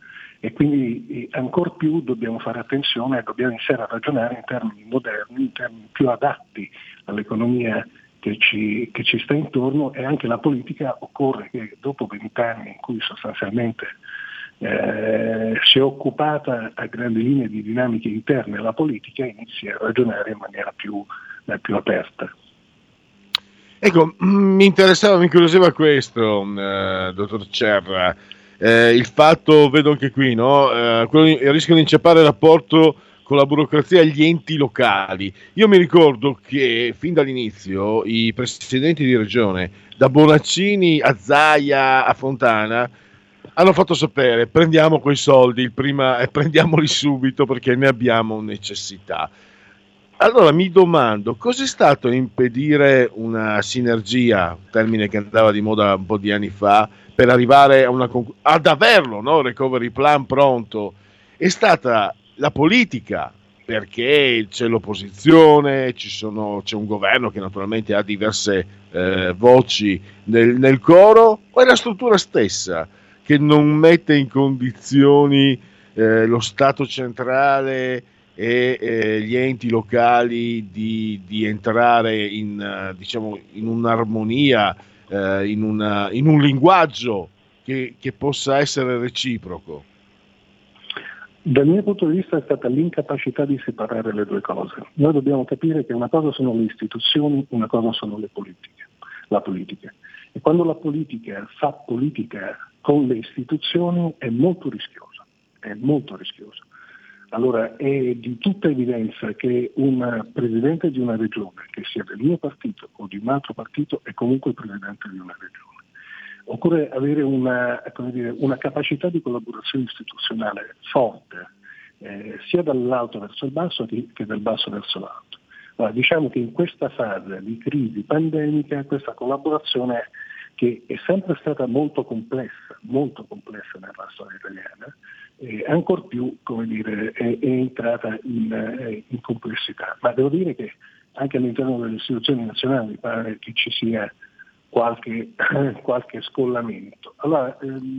e quindi ancor più dobbiamo fare attenzione e dobbiamo iniziare a ragionare in termini moderni, in termini più adatti all'economia che ci sta intorno, e anche la politica occorre che dopo 20 anni in cui sostanzialmente si è occupata a grandi linee di dinamiche interne alla politica, inizi a ragionare in maniera più aperta. Ecco, mi incuriosiva questo, dottor Cerra, il fatto, vedo anche qui, no? Il rischio di inceppare il rapporto con la burocrazia e gli enti locali. Io mi ricordo che fin dall'inizio i presidenti di regione, da Bonaccini a Zaia a Fontana, hanno fatto sapere: prendiamo quei soldi prima e prendiamoli subito perché ne abbiamo necessità. Allora mi domando, cos'è stato a impedire una sinergia, termine che andava di moda un po' di anni fa, per arrivare ad averlo, no? Recovery plan pronto? È stata la politica, perché c'è l'opposizione, c'è un governo che naturalmente ha diverse voci nel coro, o è la struttura stessa che non mette in condizioni lo Stato centrale e gli enti locali di entrare in un'armonia, in un linguaggio che possa essere reciproco? Dal mio punto di vista è stata l'incapacità di separare le due cose. Noi dobbiamo capire che una cosa sono le istituzioni, una cosa sono la politica. E quando la politica fa politica con le istituzioni è molto rischiosa. Allora è di tutta evidenza che un presidente di una regione, che sia del mio partito o di un altro partito, è comunque il presidente di una regione. Occorre avere una capacità di collaborazione istituzionale forte, sia dall'alto verso il basso che dal basso verso l'alto. Allora, diciamo che in questa fase di crisi pandemica questa collaborazione, che è sempre stata molto complessa nella storia italiana, ancor più è entrata in complessità. Ma devo dire che anche all'interno delle istituzioni nazionali mi pare che ci sia qualche scollamento. Allora,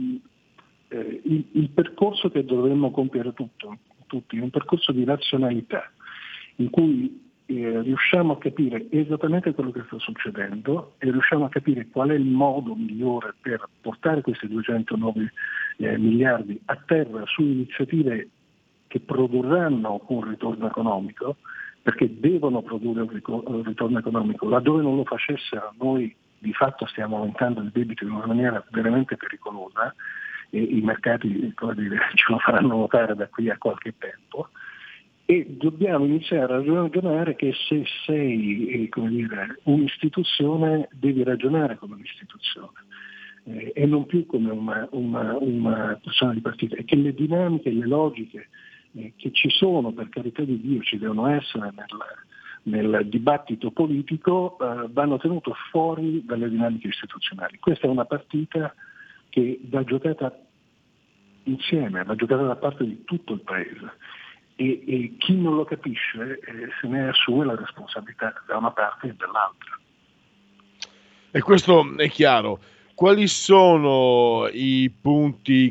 il percorso che dovremmo compiere tutti è un percorso di razionalità, in cui riusciamo a capire esattamente quello che sta succedendo e riusciamo a capire qual è il modo migliore per portare questi 209 miliardi a terra su iniziative che produrranno un ritorno economico, perché devono produrre un ritorno economico. Laddove non lo facessero, noi di fatto stiamo aumentando il debito in una maniera veramente pericolosa, e i mercati ce lo faranno notare da qui a qualche tempo, e dobbiamo iniziare a ragionare che se sei un'istituzione devi ragionare come un'istituzione e non più come una persona di partito, e che le dinamiche, le logiche che ci sono, per carità di Dio, ci devono essere nel dibattito politico, vanno tenute fuori dalle dinamiche istituzionali. Questa è una partita che va giocata insieme, va giocata da parte di tutto il Paese, e chi non lo capisce se ne assume la responsabilità da una parte e dall'altra. E questo è chiaro. Quali sono i punti,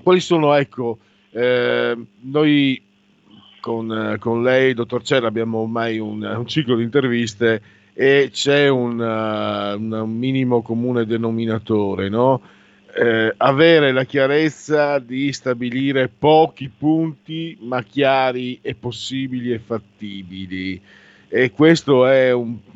noi con lei, dottor Cerra, abbiamo ormai un ciclo di interviste e c'è un minimo comune denominatore, no? Avere la chiarezza di stabilire pochi punti ma chiari e possibili e fattibili, e questo è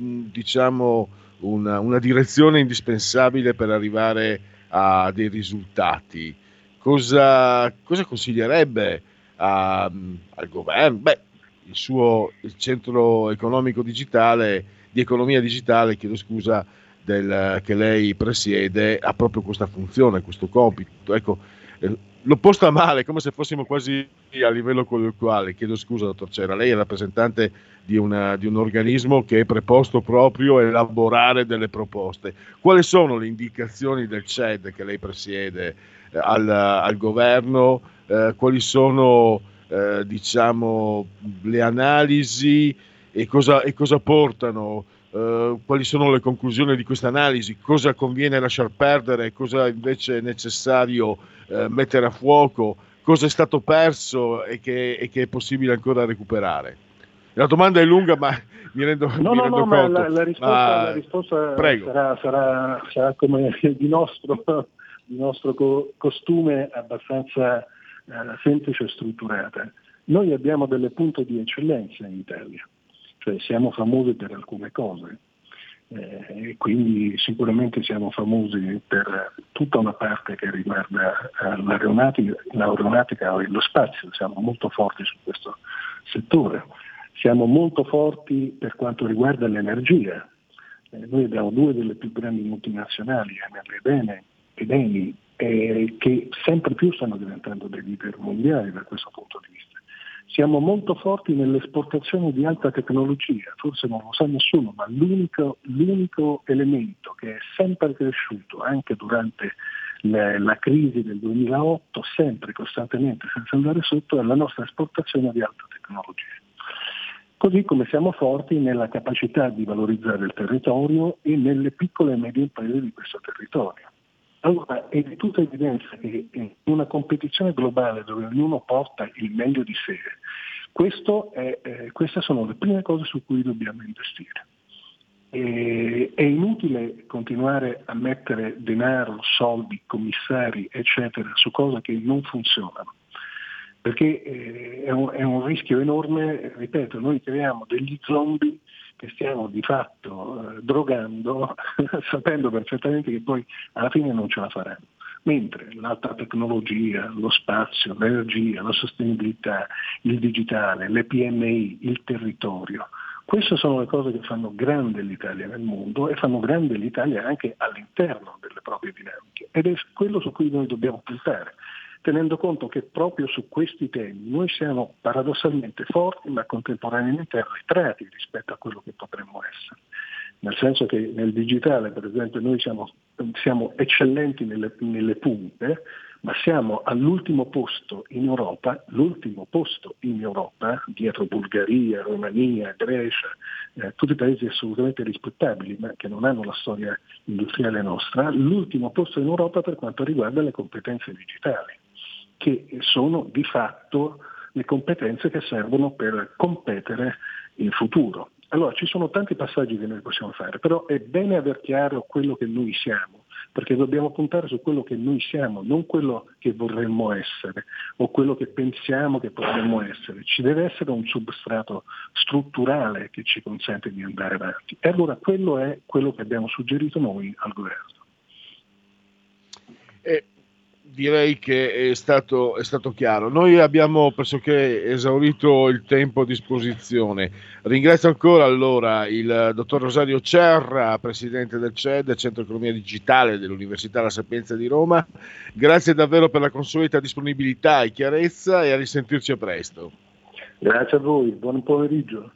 una direzione indispensabile per arrivare a dei risultati. Cosa consiglierebbe al governo? Il centro economico digitale, di economia digitale, che lei presiede, ha proprio questa funzione, questo compito. Ecco, l'ho posta male, come se fossimo quasi a livello colloquiale. Chiedo scusa, dottor Cerra, lei è rappresentante di un organismo che è preposto proprio a elaborare delle proposte. Quali sono le indicazioni del CED che lei presiede al governo? Quali sono le analisi e cosa portano? Quali sono le conclusioni di questa analisi? Cosa conviene lasciar perdere? Cosa invece è necessario mettere a fuoco? cosa è stato perso e che è possibile ancora recuperare? La domanda è lunga, ma mi rendo conto. Ma la risposta sarà come di nostro costume, abbastanza semplice e strutturata. Noi abbiamo delle punte di eccellenza in Italia, cioè siamo famosi per alcune cose, e quindi sicuramente siamo famosi per tutta una parte che riguarda l'aeronautica e lo spazio, siamo molto forti su questo settore. Siamo molto forti per quanto riguarda l'energia. Noi abbiamo 2 delle più grandi multinazionali, Enel ed Eni, che sempre più stanno diventando dei leader mondiali da questo punto di vista. Siamo molto forti nell'esportazione di alta tecnologia, forse non lo sa nessuno, ma l'unico elemento che è sempre cresciuto anche durante la crisi del 2008, sempre costantemente senza andare sotto, è la nostra esportazione di alta tecnologia. Così come siamo forti nella capacità di valorizzare il territorio e nelle piccole e medie imprese di questo territorio. Allora è di tutta evidenza che in una competizione globale dove ognuno porta il meglio di sé, queste sono le prime cose su cui dobbiamo investire. È inutile continuare a mettere denaro, soldi, commissari, eccetera, su cose che non funzionano. Perché è un rischio enorme, ripeto, noi creiamo degli zombie che stiamo di fatto drogando sapendo perfettamente che poi alla fine non ce la faranno. Mentre l'alta tecnologia, lo spazio, l'energia, la sostenibilità, il digitale, le PMI, il territorio, queste sono le cose che fanno grande l'Italia nel mondo e fanno grande l'Italia anche all'interno delle proprie dinamiche. Ed è quello su cui noi dobbiamo puntare, tenendo conto che proprio su questi temi noi siamo paradossalmente forti ma contemporaneamente arretrati rispetto a quello che potremmo essere. Nel senso che nel digitale, per esempio, noi siamo eccellenti nelle punte, ma siamo all'ultimo posto in Europa, dietro Bulgaria, Romania, Grecia, tutti paesi assolutamente rispettabili ma che non hanno la storia industriale nostra, l'ultimo posto in Europa per quanto riguarda le competenze digitali, che sono di fatto le competenze che servono per competere in futuro. Allora ci sono tanti passaggi che noi possiamo fare, però è bene aver chiaro quello che noi siamo, perché dobbiamo puntare su quello che noi siamo, non quello che vorremmo essere o quello che pensiamo che potremmo essere. Ci deve essere un substrato strutturale che ci consente di andare avanti. E allora quello è quello che abbiamo suggerito noi al governo. Direi che è stato chiaro. Noi abbiamo pressoché esaurito il tempo a disposizione. Ringrazio ancora allora il dottor Rosario Cerra, presidente del CED, Centro Economia Digitale dell'Università La Sapienza di Roma. Grazie davvero per la consueta disponibilità e chiarezza e a risentirci a presto. Grazie a voi, buon pomeriggio.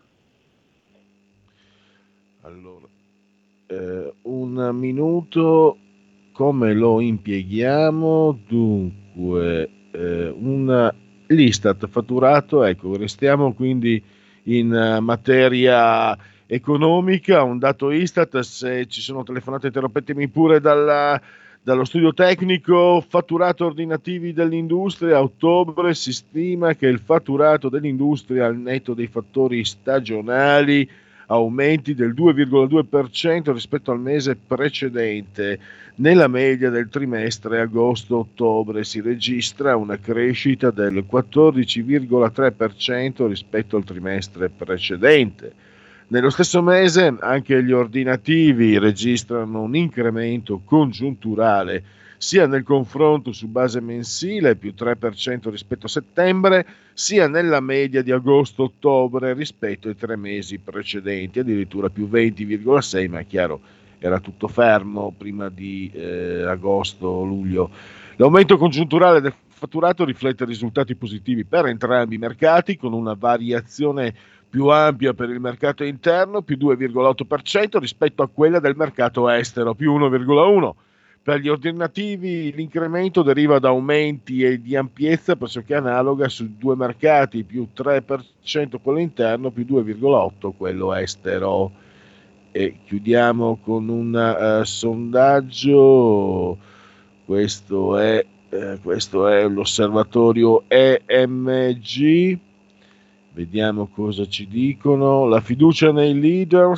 Allora, un minuto. Come lo impieghiamo? Dunque, l'Istat fatturato, ecco, restiamo quindi in materia economica, un dato Istat, se ci sono telefonate interrompetemi pure dallo studio tecnico. Fatturato ordinativi dell'industria, a ottobre si stima che il fatturato dell'industria al netto dei fattori stagionali aumenti del 2,2% rispetto al mese precedente. Nella media del trimestre agosto-ottobre si registra una crescita del 14,3% rispetto al trimestre precedente. Nello stesso mese anche gli ordinativi registrano un incremento congiunturale sia nel confronto su base mensile più 3% rispetto a settembre, sia nella media di agosto-ottobre rispetto ai 3 mesi precedenti, addirittura più 20,6%, ma è chiaro, era tutto fermo prima di agosto-luglio. L'aumento congiunturale del fatturato riflette risultati positivi per entrambi i mercati, con una variazione più ampia per il mercato interno, più 2,8% rispetto a quella del mercato estero, più 1,1%. Per gli ordinativi l'incremento deriva da aumenti e di ampiezza pressoché analoga su 2 mercati, più 3% quello interno, più 2,8% quello estero. E chiudiamo con un sondaggio, questo è questo è l'osservatorio EMG. Vediamo cosa ci dicono. La fiducia nei leader: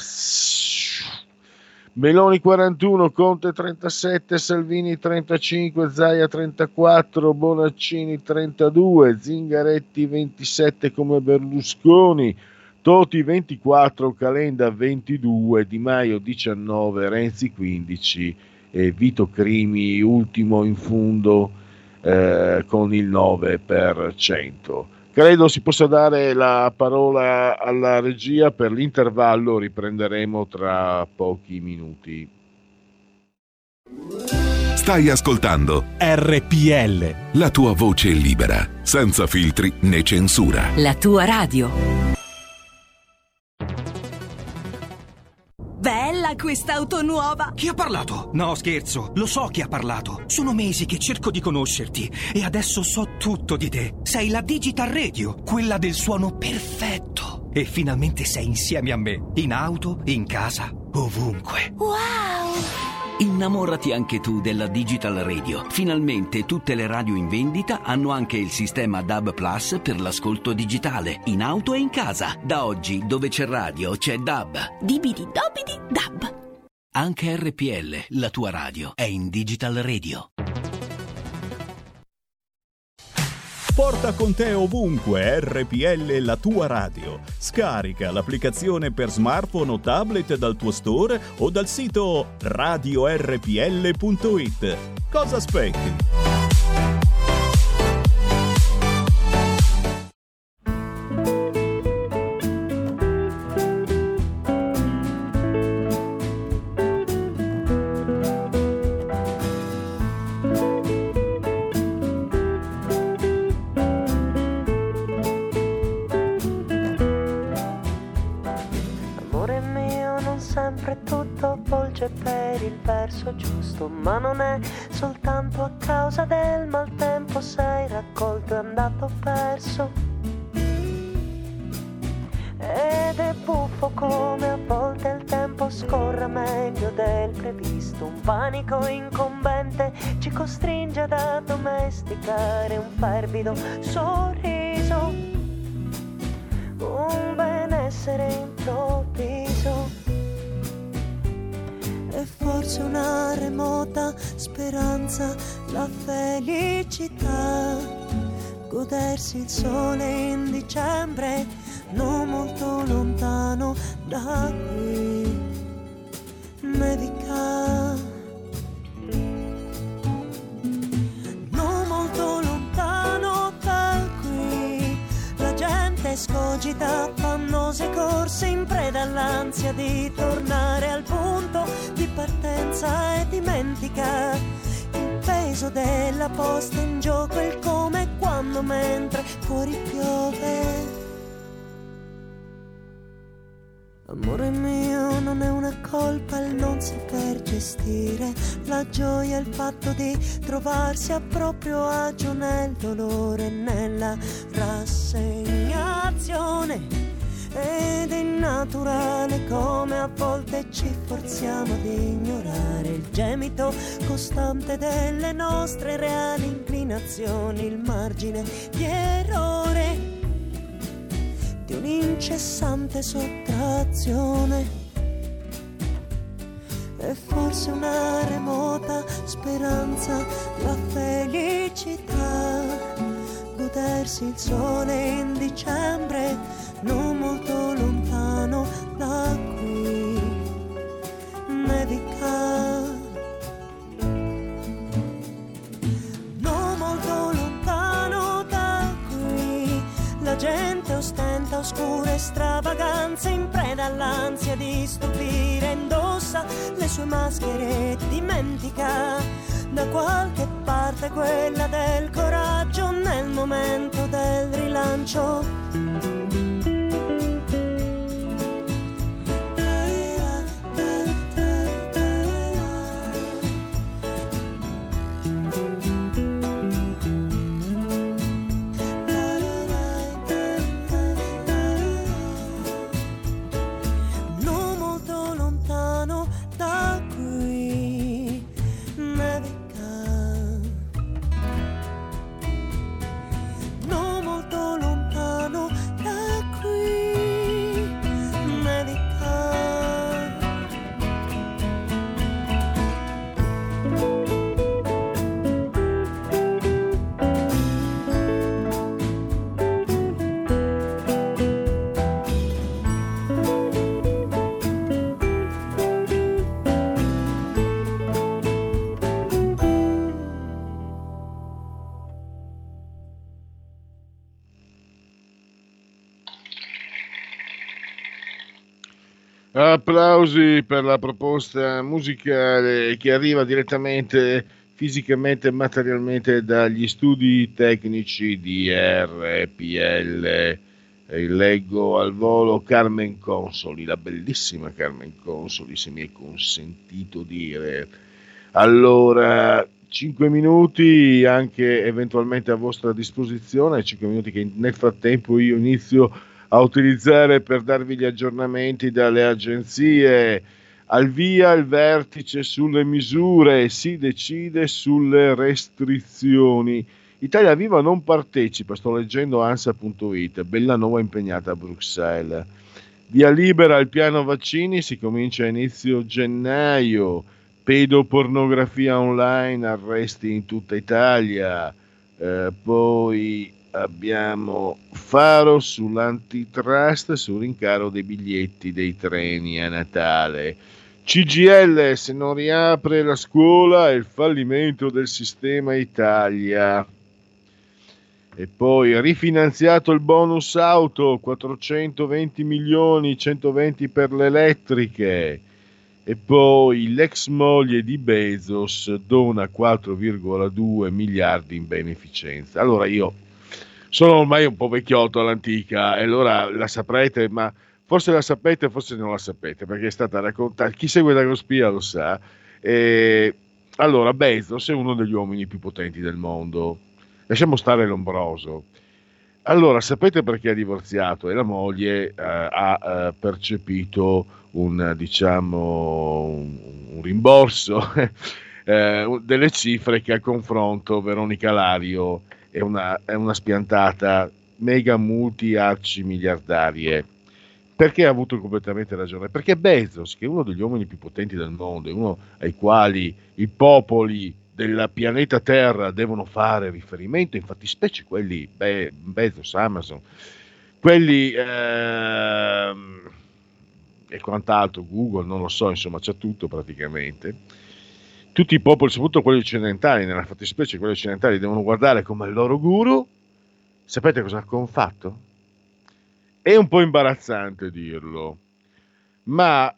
Meloni 41, Conte 37, Salvini 35, Zaia 34, Bonaccini 32, Zingaretti 27 come Berlusconi, Toti 24, Calenda 22, Di Maio 19, Renzi 15 e Vito Crimi ultimo in fondo con il 9%. Credo si possa dare la parola alla regia per l'intervallo, riprenderemo tra pochi minuti. Stai ascoltando RPL, la tua voce libera, senza filtri né censura. La tua radio. Bella quest'auto nuova! Chi ha parlato? No, scherzo, lo so chi ha parlato. Sono mesi che cerco di conoscerti e adesso so tutto di te. Sei la Digital Radio, quella del suono perfetto. E finalmente sei insieme a me, in auto, in casa, ovunque. Wow! Innamorati anche tu della Digital Radio. Finalmente tutte le radio in vendita hanno anche il sistema DAB Plus per l'ascolto digitale, in auto e in casa. Da oggi, dove c'è radio, c'è DAB. Dibidi dobidi dab. Anche RPL, la tua radio, è in Digital Radio. Porta con te ovunque RPL, la tua radio. Scarica l'applicazione per smartphone o tablet dal tuo store o dal sito radiorpl.it. Cosa aspetti? Giusto, ma non è soltanto a causa del maltempo, sei raccolto e andato perso. Ed è buffo come a volte il tempo scorra meglio del previsto. Un panico incombente ci costringe ad addomesticare un fervido sorriso, un benessere improvviso. E forse una remota speranza, la felicità, godersi il sole in dicembre, non molto lontano da qui, nevica. Non molto lontano da qui, la gente escogita, affannosa e corse in preda all'ansia di tornare al punto di partenza e dimentica il peso della posta in gioco, il come e quando mentre fuori piove. Amore mio, non è una colpa il non saper gestire la gioia, il fatto di trovarsi a proprio agio nel dolore e nella rassegnazione. Ed è naturale come a volte ci forziamo ad ignorare il gemito costante delle nostre reali inclinazioni, il margine di errore di un'incessante sottrazione. E forse una remota speranza, la felicità, godersi il sole in dicembre, non molto lontano da qui, nevica. Non molto lontano da qui, la gente ostenta oscure stravaganze, in preda all'ansia di stupire, indossa le sue maschere e dimentica da qualche parte quella del coraggio nel momento del rilancio. Applausi per la proposta musicale che arriva direttamente, fisicamente e materialmente dagli studi tecnici di RPL. Leggo al volo Carmen Consoli, la bellissima Carmen Consoli, se mi è consentito dire. Allora, 5 minuti anche eventualmente a vostra disposizione, 5 minuti che nel frattempo io inizio a utilizzare per darvi gli aggiornamenti dalle agenzie. Al via il vertice sulle misure, si decide sulle restrizioni. Italia Viva non partecipa, sto leggendo ansa.it, Bellanova impegnata a Bruxelles. Via libera al piano vaccini, si comincia a inizio gennaio. Pedopornografia online, arresti in tutta Italia. Poi abbiamo Faro sull'antitrust, sul rincaro dei biglietti dei treni a Natale. CGIL, se non riapre la scuola è il fallimento del sistema Italia. E poi rifinanziato il bonus auto, 420 milioni, 120 per le elettriche. E poi l'ex moglie di Bezos dona 4,2 miliardi in beneficenza. Allora io sono ormai un po' vecchiotto all'antica e allora la saprete, ma forse la sapete, forse non la sapete, perché è stata raccontata, chi segue Dagospia lo sa. Allora Bezos è uno degli uomini più potenti del mondo. Lasciamo stare Lombroso. Allora, sapete perché ha divorziato? E la moglie ha percepito un rimborso delle cifre che a confronto Veronica Lario è una spiantata mega multi arci miliardarie. Perché ha avuto completamente ragione? Perché Bezos, che è uno degli uomini più potenti del mondo, è uno ai quali i popoli del pianeta Terra devono fare riferimento, infatti specie quelli Bezos, Amazon, quelli e quant'altro, Google, non lo so, insomma c'è tutto praticamente. Tutti i popoli, soprattutto quelli occidentali, nella fattispecie quelli occidentali, devono guardare come il loro guru. Sapete cosa ha fatto? È un po' imbarazzante dirlo, ma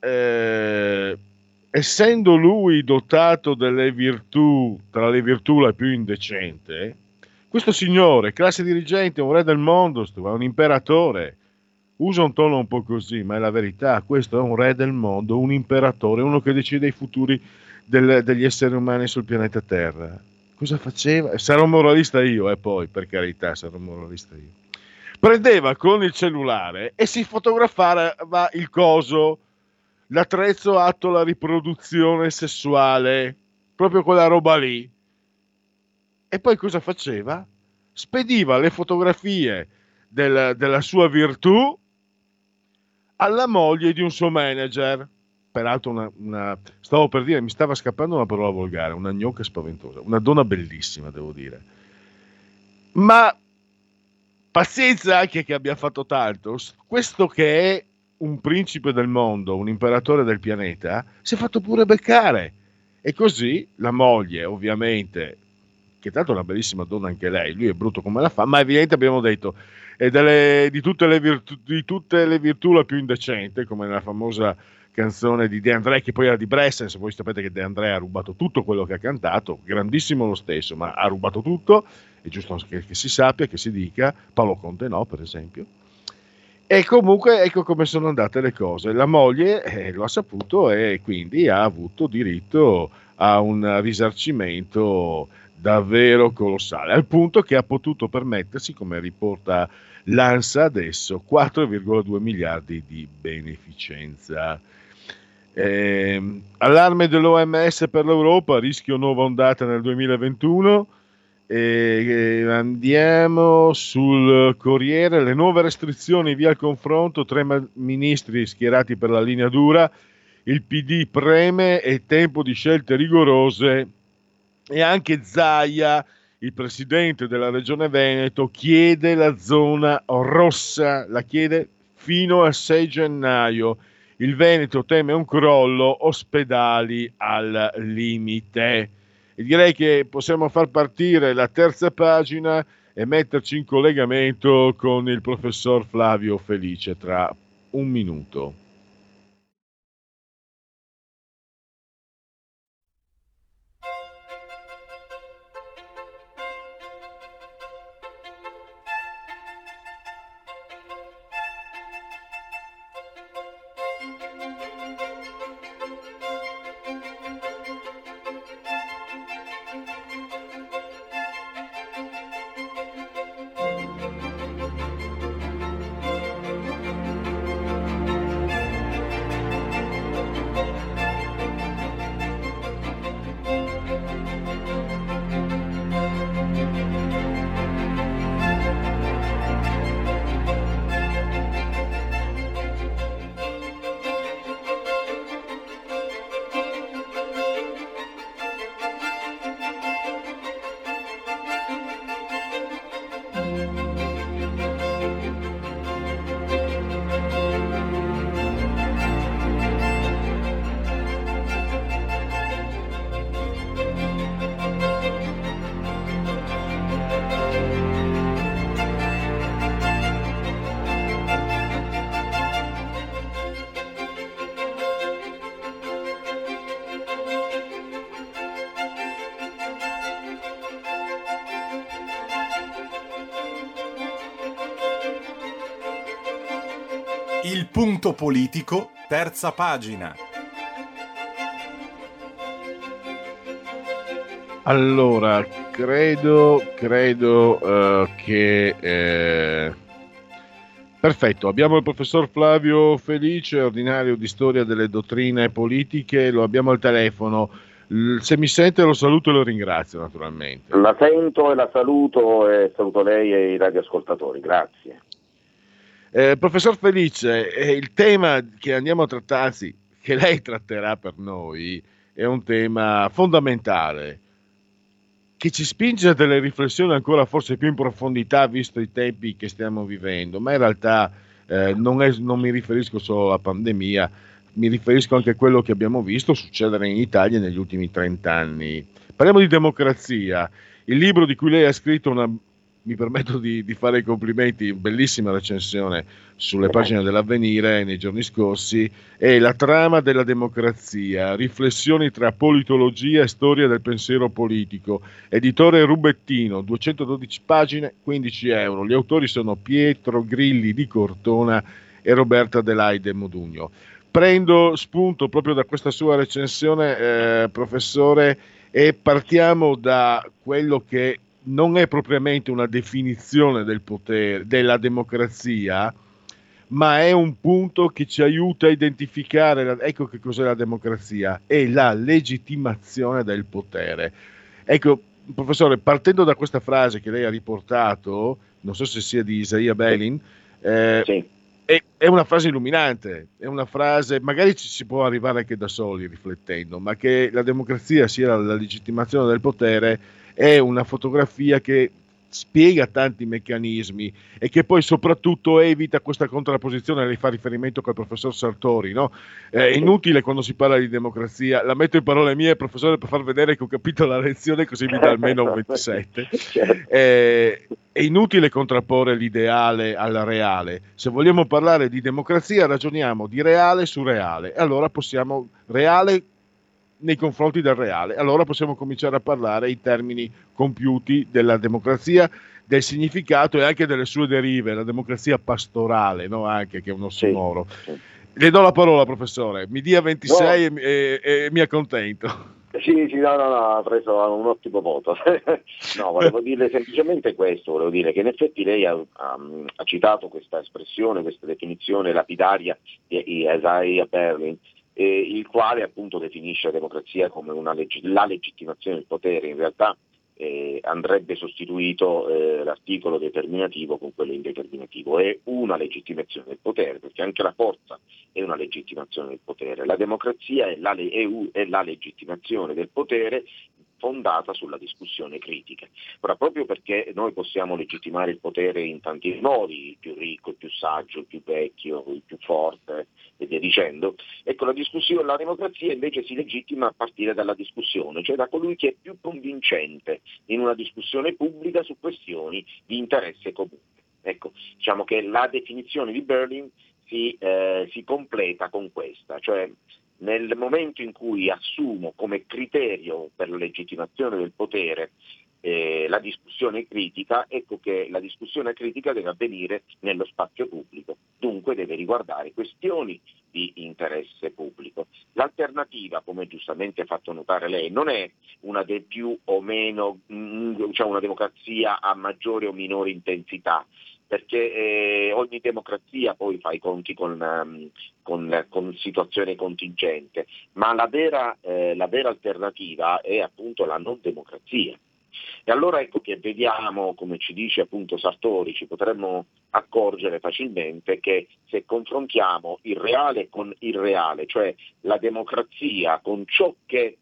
essendo lui dotato delle virtù, tra le virtù la più indecente, questo signore, classe dirigente, un re del mondo, è un imperatore, usa un tono un po' così, ma è la verità, questo è un re del mondo, un imperatore, uno che decide i futuri degli esseri umani sul pianeta Terra. Cosa faceva? Sarò un moralista io, poi, per carità, sarò un moralista io. Prendeva con il cellulare e si fotografava il coso, l'attrezzo atto alla riproduzione sessuale, proprio quella roba lì. E poi cosa faceva? Spediva le fotografie della sua virtù alla moglie di un suo manager. Peraltro stavo per dire, mi stava scappando una parola volgare, una gnocca spaventosa, una donna bellissima, devo dire. Ma pazienza anche che abbia fatto tanto, questo che è un principe del mondo, un imperatore del pianeta, si è fatto pure beccare. E così la moglie, ovviamente, che tanto è una bellissima donna anche lei, lui è brutto come la fa, ma evidente abbiamo detto, è di tutte le virtù la più indecente, come nella famosa canzone di De André, che poi era di Brassens. Voi sapete che De André ha rubato tutto quello che ha cantato, grandissimo lo stesso, ma ha rubato tutto, è giusto che si sappia, che si dica. Paolo Conte no, per esempio. E comunque ecco come sono andate le cose. La moglie lo ha saputo e quindi ha avuto diritto a un risarcimento davvero colossale, al punto che ha potuto permettersi, come riporta l'ANSA adesso, 4,2 miliardi di beneficenza. Allarme dell'OMS per l'Europa, rischio nuova ondata nel 2021. Andiamo sul Corriere, le nuove restrizioni via il confronto, 3 ministri schierati per la linea dura, il PD preme e tempo di scelte rigorose. E anche Zaia, il presidente della regione Veneto, chiede la zona rossa, la chiede fino al 6 gennaio. Il Veneto teme un crollo, ospedali al limite. E direi che possiamo far partire la terza pagina e metterci in collegamento con il professor Flavio Felice tra un minuto. Il punto politico, terza pagina. Allora, credo che... Perfetto, abbiamo il professor Flavio Felice, ordinario di storia delle dottrine politiche, lo abbiamo al telefono. Se mi sente lo saluto e lo ringrazio naturalmente. La sento e la saluto e saluto lei e i radioascoltatori, grazie. Professor Felice, il tema che andiamo a trattare, che lei tratterà per noi, è un tema fondamentale, che ci spinge a delle riflessioni ancora forse più in profondità visto i tempi che stiamo vivendo, ma in realtà non mi riferisco solo alla pandemia, mi riferisco anche a quello che abbiamo visto succedere in Italia negli ultimi 30 anni. Parliamo di democrazia, il libro di cui lei ha scritto mi permetto di fare i complimenti, bellissima recensione sulle pagine dell'Avvenire nei giorni scorsi, è La trama della democrazia, riflessioni tra politologia e storia del pensiero politico, editore Rubettino, 212 pagine, 15 euro. Gli autori sono Pietro Grilli di Cortona e Roberta Adelaide Modugno. Prendo spunto proprio da questa sua recensione, professore, e partiamo da quello che non è propriamente una definizione del potere, della democrazia, ma è un punto che ci aiuta a identificare, ecco che cos'è la democrazia, è la legittimazione del potere. Ecco, professore, partendo da questa frase che lei ha riportato, non so se sia di Isaiah Berlin, sì. È una frase illuminante, è una frase, magari ci si può arrivare anche da soli riflettendo, ma che la democrazia sia la legittimazione del potere è una fotografia che spiega tanti meccanismi e che poi soprattutto evita questa contrapposizione. Lei fa riferimento col professor Sartori, no? È inutile quando si parla di democrazia, la metto in parole mie, professore, per far vedere che ho capito la lezione, così mi dà almeno un 27. È inutile contrapporre l'ideale al reale. Se vogliamo parlare di democrazia ragioniamo di reale su reale, allora possiamo reale nei confronti del reale, allora possiamo cominciare a parlare in termini compiuti della democrazia, del significato e anche delle sue derive, la democrazia pastorale, no? Anche, che è un ossimoro. Sì. Le do la parola, professore, mi dia 26 no. e mi accontento. Sì, no, ha preso un ottimo voto. No, volevo dire semplicemente questo, volevo dire che in effetti lei ha citato questa espressione, questa definizione lapidaria di Isaiah Berlin, il quale appunto definisce la democrazia come la legittimazione del potere. In realtà andrebbe sostituito l'articolo determinativo con quello indeterminativo. È una legittimazione del potere, perché anche la forza è una legittimazione del potere. La democrazia è la legittimazione del potere fondata sulla discussione critica. Ora, proprio perché noi possiamo legittimare il potere in tanti modi, il più ricco, il più saggio, il più vecchio, il più forte e via dicendo, ecco, la democrazia invece si legittima a partire dalla discussione, cioè da colui che è più convincente in una discussione pubblica su questioni di interesse comune. Ecco, diciamo che la definizione di Berlin si completa con questa, cioè nel momento in cui assumo come criterio per la legittimazione del potere la discussione critica, ecco che la discussione critica deve avvenire nello spazio pubblico, dunque deve riguardare questioni di interesse pubblico. L'alternativa, come giustamente ha fatto notare lei, non è una più o meno, cioè una democrazia a maggiore o minore intensità, perché ogni democrazia poi fa i conti con situazione contingente, ma la vera alternativa è appunto la non democrazia. E allora ecco che vediamo, come ci dice appunto Sartori, ci potremmo accorgere facilmente che se confrontiamo il reale con il reale, cioè la democrazia con ciò che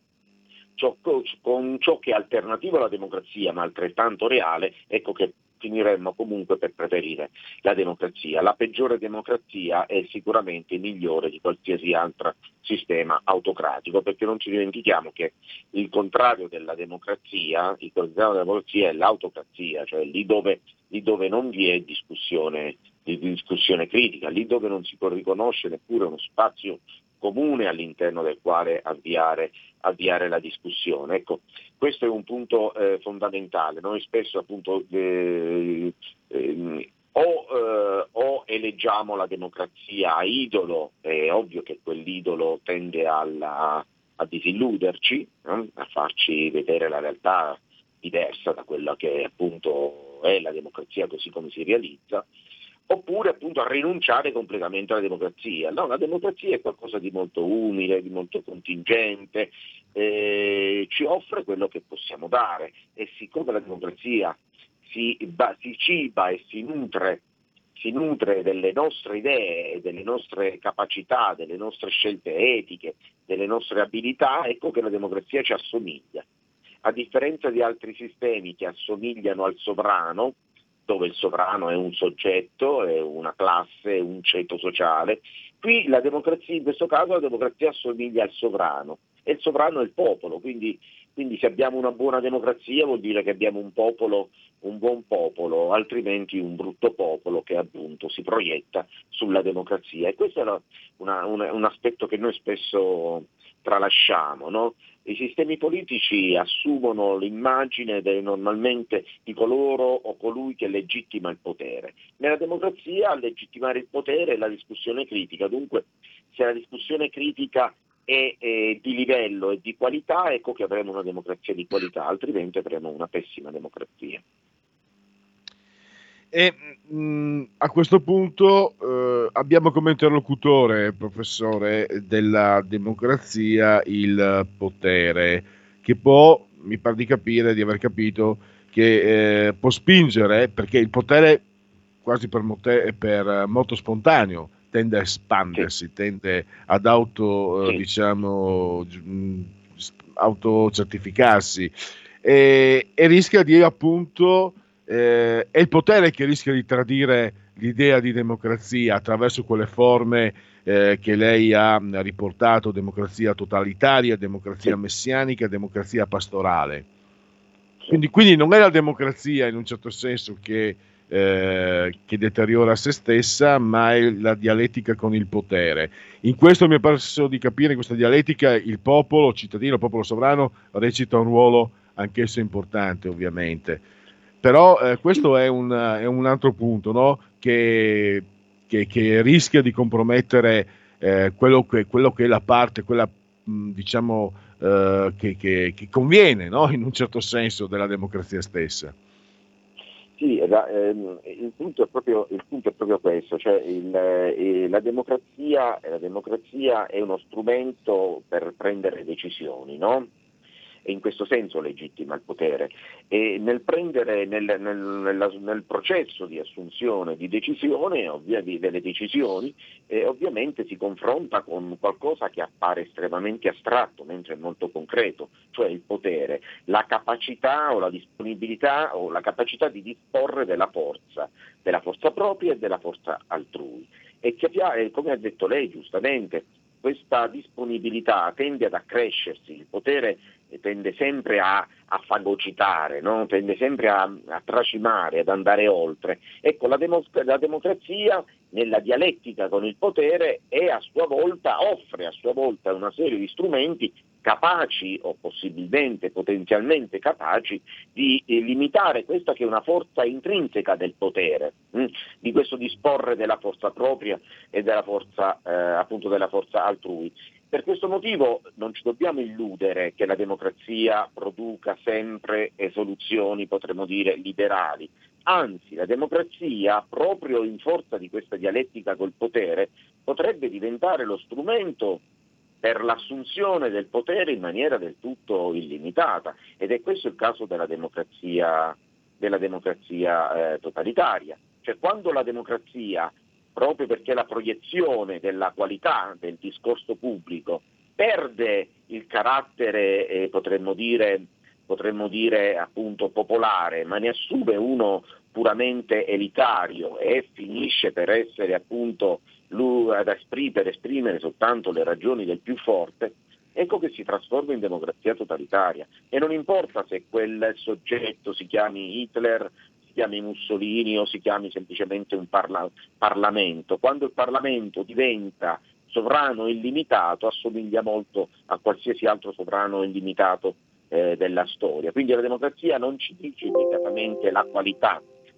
è alternativo alla democrazia ma altrettanto reale, ecco che finiremmo comunque per preferire la democrazia. La peggiore democrazia è sicuramente migliore di qualsiasi altro sistema autocratico, perché non ci dimentichiamo che il contrario della democrazia, è l'autocrazia, cioè lì dove non vi è discussione critica, lì dove non si può riconoscere neppure uno spazio comune all'interno del quale avviare la discussione. Ecco, questo è un punto fondamentale. Noi spesso appunto o eleggiamo la democrazia a idolo, è ovvio che quell'idolo tende a disilluderci, a farci vedere la realtà diversa da quella che appunto è la democrazia così come si realizza, oppure appunto a rinunciare completamente alla democrazia. No, la democrazia è qualcosa di molto umile, di molto contingente, ci offre quello che possiamo dare, e siccome la democrazia si ciba e si nutre delle nostre idee, delle nostre capacità, delle nostre scelte etiche, delle nostre abilità, ecco che la democrazia ci assomiglia. A differenza di altri sistemi che assomigliano al sovrano, dove il sovrano è un soggetto, è una classe, è un ceto sociale, qui la democrazia, in questo caso la democrazia assomiglia al sovrano, e il sovrano è il popolo, quindi se abbiamo una buona democrazia vuol dire che abbiamo un buon popolo, altrimenti un brutto popolo che appunto si proietta sulla democrazia. E questo è un aspetto che noi spesso tralasciamo, no? I sistemi politici assumono l'immagine normalmente di coloro o colui che legittima il potere. Nella democrazia a legittimare il potere è la discussione critica, dunque se la discussione critica è di livello e di qualità, ecco che avremo una democrazia di qualità, altrimenti avremo una pessima democrazia. E a questo punto abbiamo come interlocutore, professore, della democrazia il potere, che può, mi pare di capire, di aver capito, che può spingere, perché il potere quasi per moto spontaneo tende a espandersi, tende ad autocertificarsi e rischia di appunto è il potere che rischia di tradire l'idea di democrazia attraverso quelle forme che lei ha riportato: democrazia totalitaria, democrazia messianica, democrazia pastorale. Quindi non è la democrazia in un certo senso che deteriora se stessa, ma è la dialettica con il potere. In questo mi è parso di capire, in questa dialettica, il popolo cittadino, il popolo sovrano recita un ruolo anch'esso importante, ovviamente. Però questo è un altro punto, no? che rischia di compromettere quello che è la parte, quella diciamo che conviene, no? In un certo senso, della democrazia stessa. Sì, il punto è proprio questo, cioè la democrazia è uno strumento per prendere decisioni, no? E in questo senso legittima il potere, e nel processo di assunzione di decisione, delle decisioni, ovviamente si confronta con qualcosa che appare estremamente astratto, mentre è molto concreto, cioè il potere, la capacità o la disponibilità o la capacità di disporre della forza propria e della forza altrui. E come ha detto lei giustamente, questa disponibilità tende ad accrescersi, il potere tende sempre a fagocitare, no? Tende sempre a tracimare, ad andare oltre. Ecco, la democrazia nella dialettica con il potere offre a sua volta una serie di strumenti capaci o possibilmente, potenzialmente capaci di limitare questa che è una forza intrinseca del potere, di questo disporre della forza propria e della forza appunto della forza altrui. Per questo motivo non ci dobbiamo illudere che la democrazia produca sempre soluzioni, potremmo dire, liberali. Anzi, la democrazia, proprio in forza di questa dialettica col potere, potrebbe diventare lo strumento per l'assunzione del potere in maniera del tutto illimitata, ed è questo il caso della democrazia totalitaria. Cioè, quando la democrazia, proprio perché la proiezione della qualità del discorso pubblico perde il carattere, potremmo dire appunto popolare, ma ne assume uno puramente elitario e finisce per essere appunto per esprimere soltanto le ragioni del più forte, ecco che si trasforma in democrazia totalitaria. E non importa se quel soggetto si chiami Hitler, si chiami Mussolini o si chiami semplicemente un Parlamento. Quando il Parlamento diventa sovrano illimitato, assomiglia molto a qualsiasi altro sovrano illimitato della storia. Quindi la democrazia non ci dice immediatamente la qualità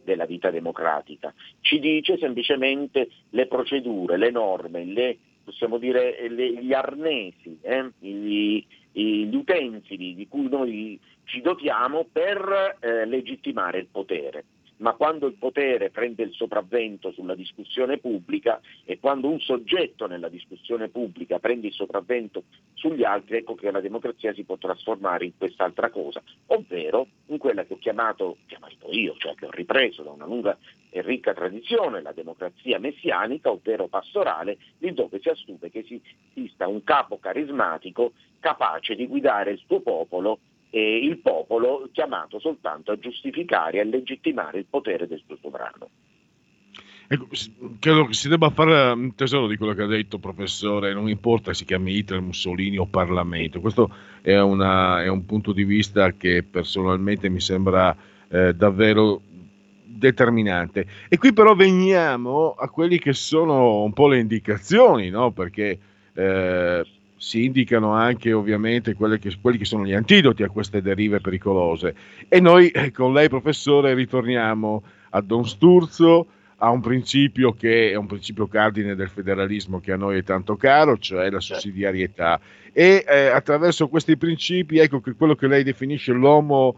della vita democratica, ci dice semplicemente le procedure, le norme, possiamo dire gli arnesi, gli utensili di cui noi ci dotiamo per legittimare il potere. Ma quando il potere prende il sopravvento sulla discussione pubblica e quando un soggetto nella discussione pubblica prende il sopravvento sugli altri, ecco che la democrazia si può trasformare in quest'altra cosa, ovvero in quella che ho chiamato io, cioè che ho ripreso da una lunga e ricca tradizione, la democrazia messianica, ovvero pastorale, lì dove si assume che esista un capo carismatico capace di guidare il suo popolo, e il popolo chiamato soltanto a giustificare e a legittimare il potere del suo sovrano. Ecco, credo che si debba fare un tesoro di quello che ha detto, professore, non importa se si chiami Hitler, Mussolini o Parlamento. Questo è un punto di vista che personalmente mi sembra davvero determinante. E qui però veniamo a quelli che sono un po' le indicazioni, no? Perché si indicano anche ovviamente quelli che sono gli antidoti a queste derive pericolose, e noi con lei, professore, ritorniamo a Don Sturzo, a un principio che è un principio cardine del federalismo che a noi è tanto caro, cioè la sussidiarietà, e attraverso questi principi, ecco che quello che lei definisce l'homo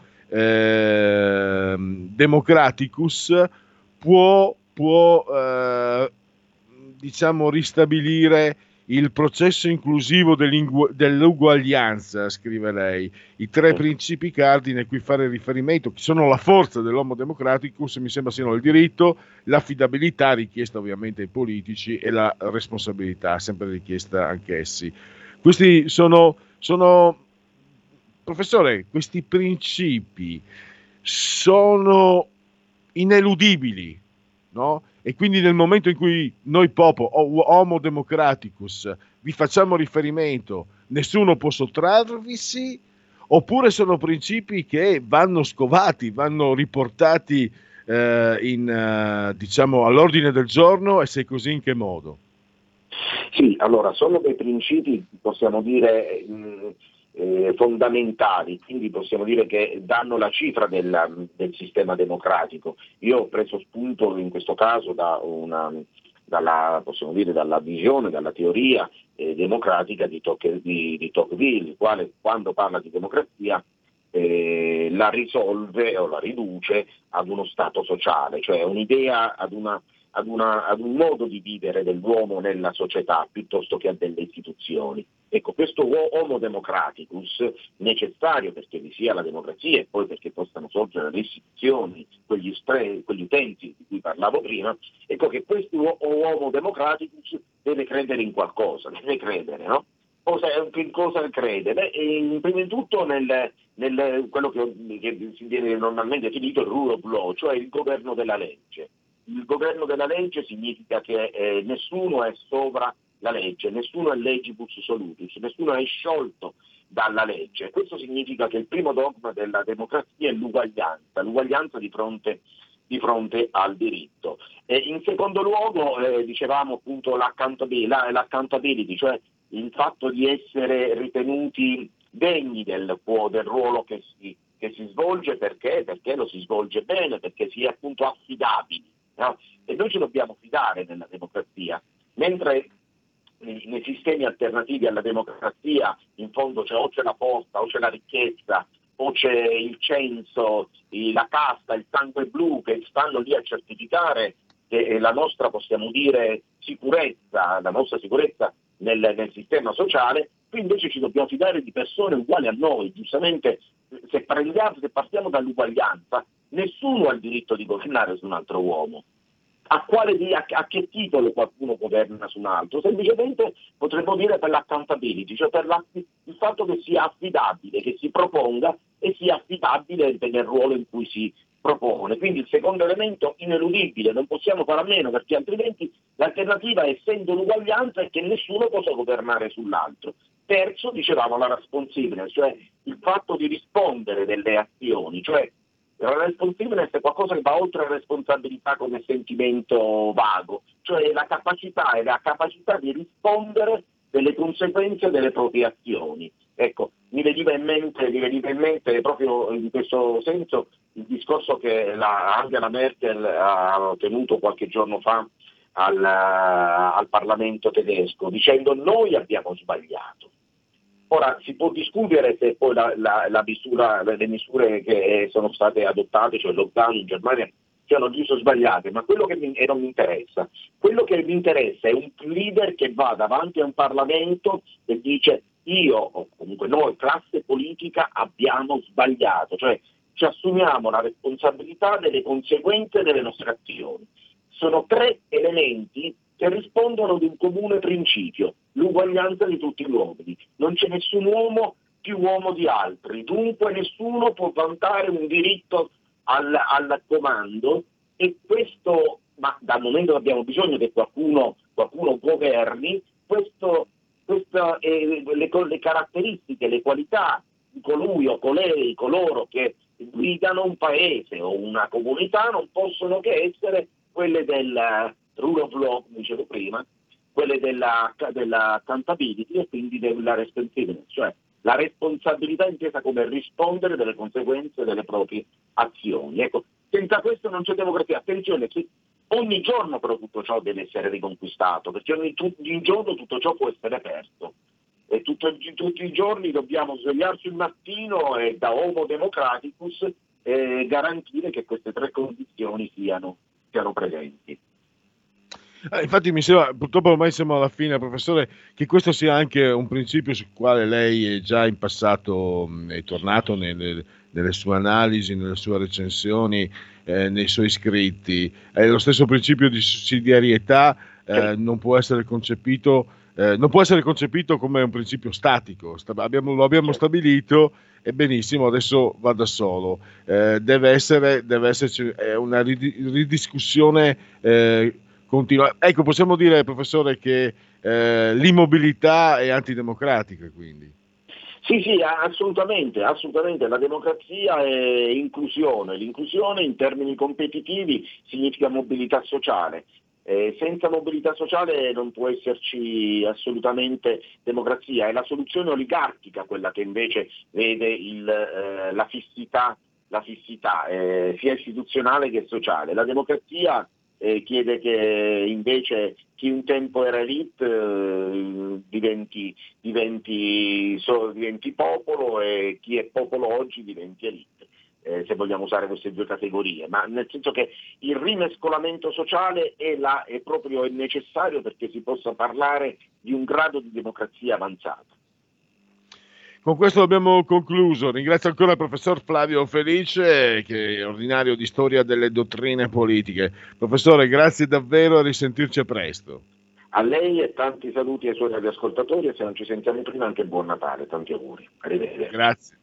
democraticus può diciamo ristabilire il processo inclusivo dell'uguaglianza, scrive lei. I 3 principi cardine a cui fare riferimento, che sono la forza dell'homo democraticus, mi sembra siano il diritto, l'affidabilità richiesta ovviamente ai politici e la responsabilità sempre richiesta anch'essi. Questi sono professore, questi principi sono ineludibili, no? E quindi nel momento in cui noi Homo Democraticus vi facciamo riferimento, nessuno può sottrarvisi, oppure sono principi che vanno scovati, vanno riportati diciamo all'ordine del giorno, e se così in che modo? Sì, allora sono dei principi, possiamo dire, fondamentali, quindi possiamo dire che danno la cifra del sistema democratico. Io ho preso spunto in questo caso dalla visione, dalla teoria democratica di Tocqueville, il quale quando parla di democrazia la risolve o la riduce ad uno stato sociale, cioè un'idea, ad un modo di vivere dell'uomo nella società piuttosto che a delle istituzioni. Ecco, questo homo democraticus, necessario perché vi sia la democrazia e poi perché possano sorgere le istituzioni, quegli utenti di cui parlavo prima, ecco che questo homo democraticus deve credere in qualcosa, deve credere, no? In cosa crede? Beh, prima di tutto nel quello che si viene normalmente definito il rule of law, cioè il governo della legge. Il governo della legge significa che nessuno è sopra la legge, nessuno è legibus solutus, nessuno è sciolto dalla legge. Questo significa che il primo dogma della democrazia è l'uguaglianza di fronte al diritto. E in secondo luogo dicevamo appunto l'accountability, cioè il fatto di essere ritenuti degni del ruolo che si svolge, perché lo si svolge bene, perché si è appunto affidabili. No? E noi ci dobbiamo fidare nella democrazia, mentre nei sistemi alternativi alla democrazia in fondo o c'è la posta, o c'è la ricchezza, o c'è il censo, la casta, il sangue blu che stanno lì a certificare che la nostra, possiamo dire, sicurezza, la nostra sicurezza nel sistema sociale. Qui invece ci dobbiamo fidare di persone uguali a noi. Giustamente, se partiamo dall'uguaglianza, nessuno ha il diritto di governare su un altro uomo. A che titolo qualcuno governa su un altro? Semplicemente potremmo dire per l'accountability, cioè per il fatto che sia affidabile, che si proponga e sia affidabile nel ruolo in cui si propone. Quindi il secondo elemento ineludibile, non possiamo fare a meno, perché altrimenti l'alternativa, essendo l'uguaglianza, è che nessuno possa governare sull'altro. Terzo, dicevamo, la responsiveness, cioè il fatto di rispondere delle azioni, cioè la responsiveness è qualcosa che va oltre la responsabilità come sentimento vago, cioè la capacità di rispondere delle conseguenze delle proprie azioni. Ecco, mi veniva in mente proprio in questo senso il discorso che Angela Merkel ha tenuto qualche giorno fa al Parlamento tedesco, dicendo noi abbiamo sbagliato. Ora si può discutere se poi le misure che sono state adottate, cioè il lockdown in Germania, siano giuste o sbagliate, ma quello che non mi interessa. Quello che mi interessa è un leader che va davanti a un Parlamento e dice io, o comunque noi, classe politica, abbiamo sbagliato, cioè ci assumiamo la responsabilità delle conseguenze delle nostre azioni. Sono 3 elementi che rispondono ad un comune principio, l'uguaglianza di tutti gli uomini. Non c'è nessun uomo più uomo di altri, dunque nessuno può vantare un diritto al comando, e questo, ma dal momento che abbiamo bisogno che qualcuno governi, le caratteristiche, le qualità di colui o colei, coloro che guidano un paese o una comunità non possono che essere quelle del rule of law, come dicevo prima, quelle della accountability e quindi della responsibility, cioè la responsabilità intesa come rispondere delle conseguenze delle proprie azioni. Ecco, senza questo non c'è democrazia. Attenzione, che ogni giorno però tutto ciò deve essere riconquistato, perché ogni giorno tutto ciò può essere perso. E tutti i giorni dobbiamo svegliarci il mattino e da Homo Democraticus garantire che queste 3 condizioni siano presenti. Infatti mi sembra, purtroppo ormai siamo alla fine, professore, che questo sia anche un principio sul quale lei è già in passato è tornato nelle sue analisi, nelle sue recensioni, nei suoi scritti. Lo stesso principio di sussidiarietà non può essere concepito come un principio statico. Lo abbiamo stabilito e benissimo, adesso va da solo. Deve esserci una ridiscussione continua. Ecco, possiamo dire, professore, che l'immobilità è antidemocratica, quindi. Sì, assolutamente. La democrazia è inclusione. L'inclusione in termini competitivi significa mobilità sociale. Senza mobilità sociale non può esserci assolutamente democrazia. È la soluzione oligarchica quella che invece vede la fissità sia istituzionale che sociale. La democrazia chiede che invece chi un tempo era elite diventi popolo, e chi è popolo oggi diventi elite, se vogliamo usare queste 2 categorie, ma nel senso che il rimescolamento sociale è proprio necessario perché si possa parlare di un grado di democrazia avanzata. Con questo abbiamo concluso. Ringrazio ancora il professor Flavio Felice, che è ordinario di storia delle dottrine politiche. Professore, grazie davvero, a risentirci a presto. A lei e tanti saluti ai suoi radioascoltatori, e se non ci sentiamo prima anche buon Natale, tanti auguri. Arrivederci. Grazie.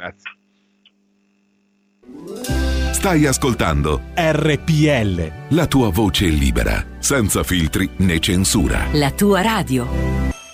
Stai ascoltando RPL, la tua voce libera, senza filtri né censura. La tua radio.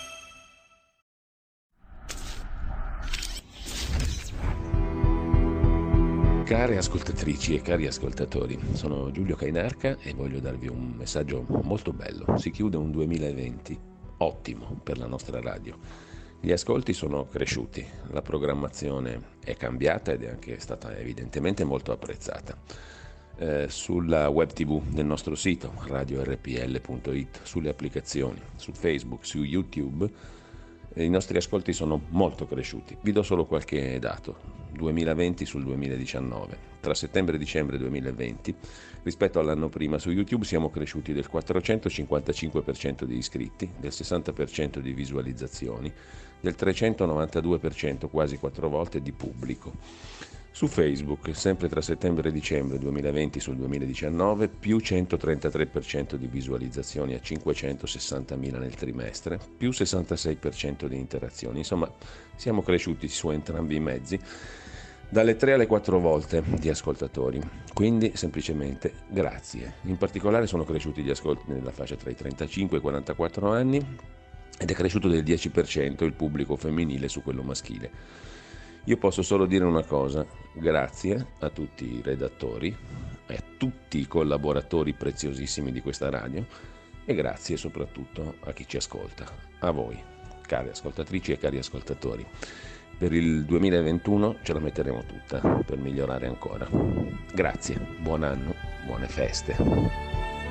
Care ascoltatrici e cari ascoltatori, sono Giulio Cainarca e voglio darvi un messaggio molto bello. Si chiude un 2020 ottimo per la nostra radio. Gli ascolti sono cresciuti, la programmazione è cambiata ed è anche stata evidentemente molto apprezzata. Sulla web tv del nostro sito radiorpl.it, sulle applicazioni, su Facebook, su YouTube, i nostri ascolti sono molto cresciuti. Vi do solo qualche dato. 2020 sul 2019. Tra settembre e dicembre 2020, rispetto all'anno prima, su YouTube siamo cresciuti del 455% di iscritti, del 60% di visualizzazioni, del 392%, quasi 4 volte, di pubblico. Su Facebook, sempre tra settembre e dicembre 2020 sul 2019, più 133% di visualizzazioni a 560.000 nel trimestre, più 66% di interazioni. Insomma, siamo cresciuti su entrambi i mezzi, dalle 3 alle 4 volte di ascoltatori. Quindi, semplicemente, grazie. In particolare sono cresciuti gli ascolti nella fascia tra i 35 e i 44 anni ed è cresciuto del 10% il pubblico femminile su quello maschile. Io posso solo dire una cosa: grazie a tutti i redattori e a tutti i collaboratori preziosissimi di questa radio, e grazie soprattutto a chi ci ascolta, a voi. care ascoltatrici e cari ascoltatori. Per il 2021 ce la metteremo tutta per migliorare ancora. Grazie, buon anno, buone feste.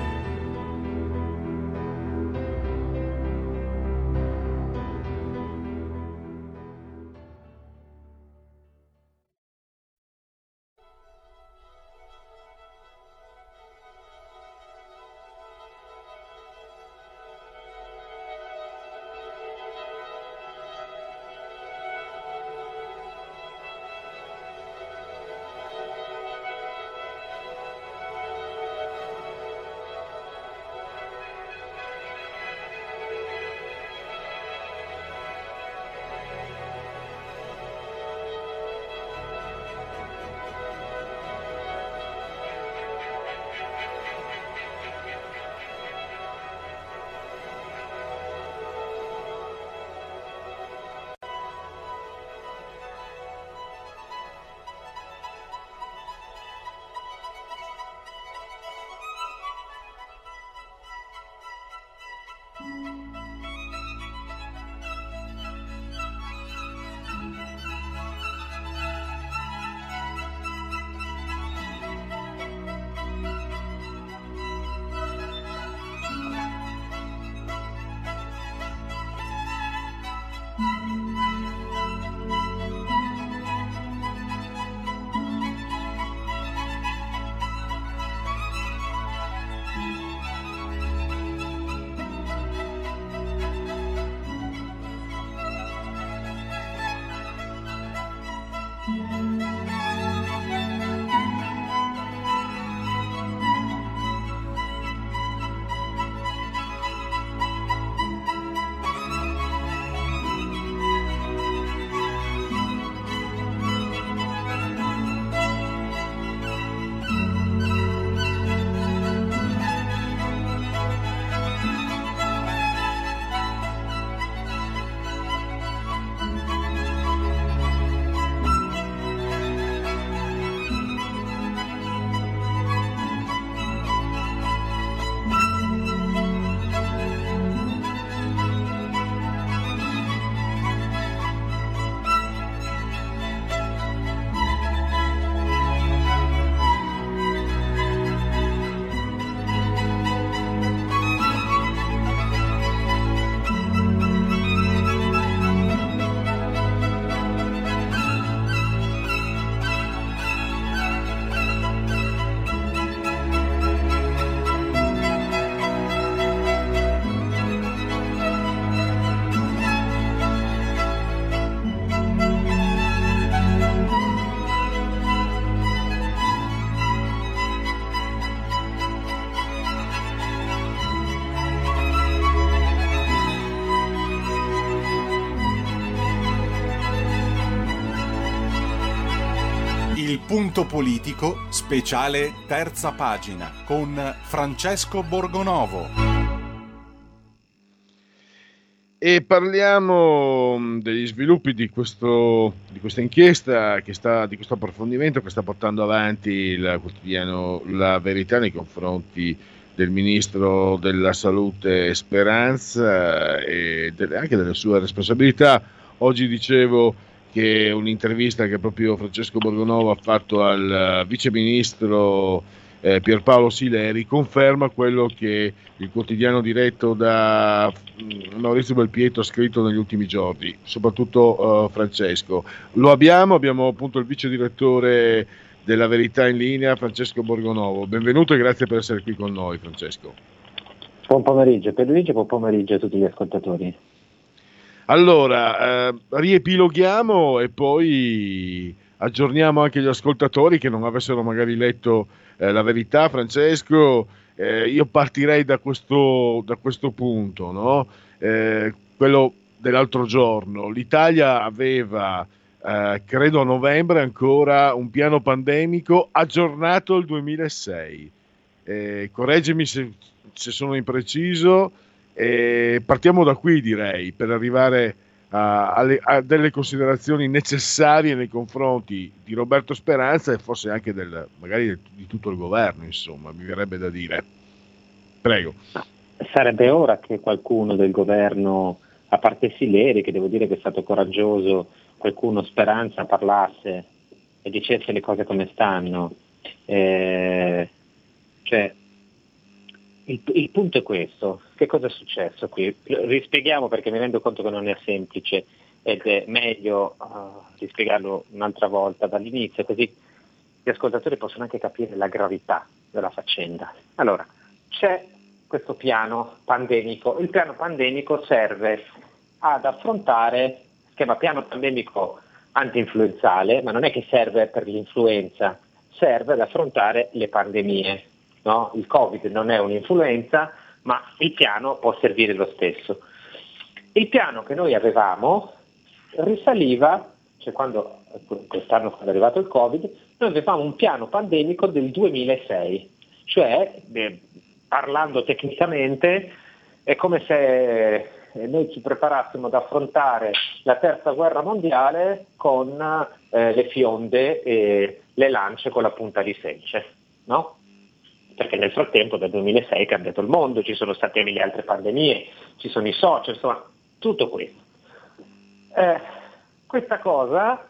Il punto politico, speciale terza pagina, con Francesco Borgonovo. E parliamo degli sviluppi di questa inchiesta, di questo approfondimento che sta portando avanti il quotidiano La Verità nei confronti del ministro della Salute Speranza e anche delle sue responsabilità. Oggi dicevo che un'intervista che proprio Francesco Borgonovo ha fatto al viceministro Pierpaolo Sileri conferma quello che il quotidiano diretto da Maurizio Belpietro ha scritto negli ultimi giorni, soprattutto Francesco. Lo abbiamo appunto il vice direttore della Verità in linea, Francesco Borgonovo. Benvenuto e grazie per essere qui con noi, Francesco. Buon pomeriggio per Luigi e buon pomeriggio a tutti gli ascoltatori. Allora, riepiloghiamo e poi aggiorniamo anche gli ascoltatori che non avessero magari letto La Verità. Francesco, io partirei da questo punto, no? Quello dell'altro giorno. L'Italia aveva, credo a novembre ancora, un piano pandemico aggiornato al 2006. Correggimi se sono impreciso. Partiamo da qui, direi, per arrivare a delle considerazioni necessarie nei confronti di Roberto Speranza e forse anche magari di tutto il governo, insomma, mi verrebbe da dire. Prego. Sarebbe ora che qualcuno del governo a parte Sileri, che devo dire che è stato coraggioso, qualcuno Speranza parlasse e dicesse le cose come stanno. Cioè, il punto è questo. Che cosa è successo qui? Rispieghiamo, perché mi rendo conto che non è semplice ed è meglio rispiegarlo un'altra volta dall'inizio, così gli ascoltatori possono anche capire la gravità della faccenda. Allora, c'è questo piano pandemico. Il piano pandemico serve ad affrontare, si chiama piano pandemico anti-influenzale, ma non è che serve per l'influenza, serve ad affrontare le pandemie. No? Il Covid non è un'influenza, ma il piano può servire lo stesso. Il piano che noi avevamo risaliva, cioè quest'anno quando è arrivato il Covid, noi avevamo un piano pandemico del 2006, cioè parlando tecnicamente è come se noi ci preparassimo ad affrontare la terza guerra mondiale con le fionde e le lance con la punta di selce, no? Perché nel frattempo dal 2006 è cambiato il mondo, ci sono state mille altre pandemie, ci sono i social, insomma tutto questo. Questa cosa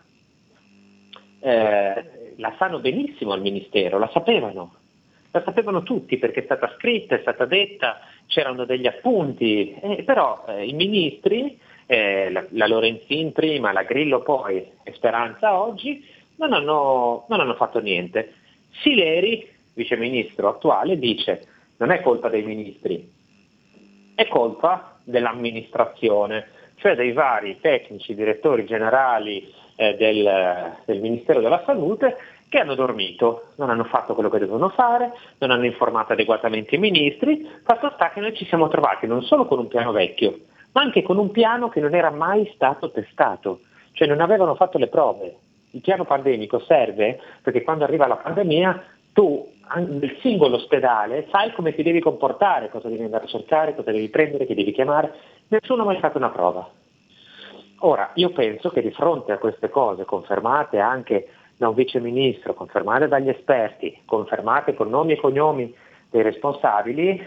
la sanno benissimo al Ministero, la sapevano tutti perché è stata scritta, è stata detta, c'erano degli appunti, però i ministri, la Lorenzin prima, la Grillo poi e Speranza oggi, non hanno fatto niente. Sileri, viceministro attuale, dice non è colpa dei ministri, è colpa dell'amministrazione, cioè dei vari tecnici, direttori generali del Ministero della Salute che hanno dormito, non hanno fatto quello che dovevano fare, non hanno informato adeguatamente i ministri. Fatto sta che noi ci siamo trovati non solo con un piano vecchio, ma anche con un piano che non era mai stato testato, cioè non avevano fatto le prove. Il piano pandemico serve perché quando arriva la pandemia tu nel singolo ospedale sai come ti devi comportare, cosa devi andare a cercare, cosa devi prendere, chi devi chiamare. Nessuno ha mai fatto una prova. Ora, io penso che di fronte a queste cose, confermate anche da un viceministro, confermate dagli esperti, confermate con nomi e cognomi dei responsabili,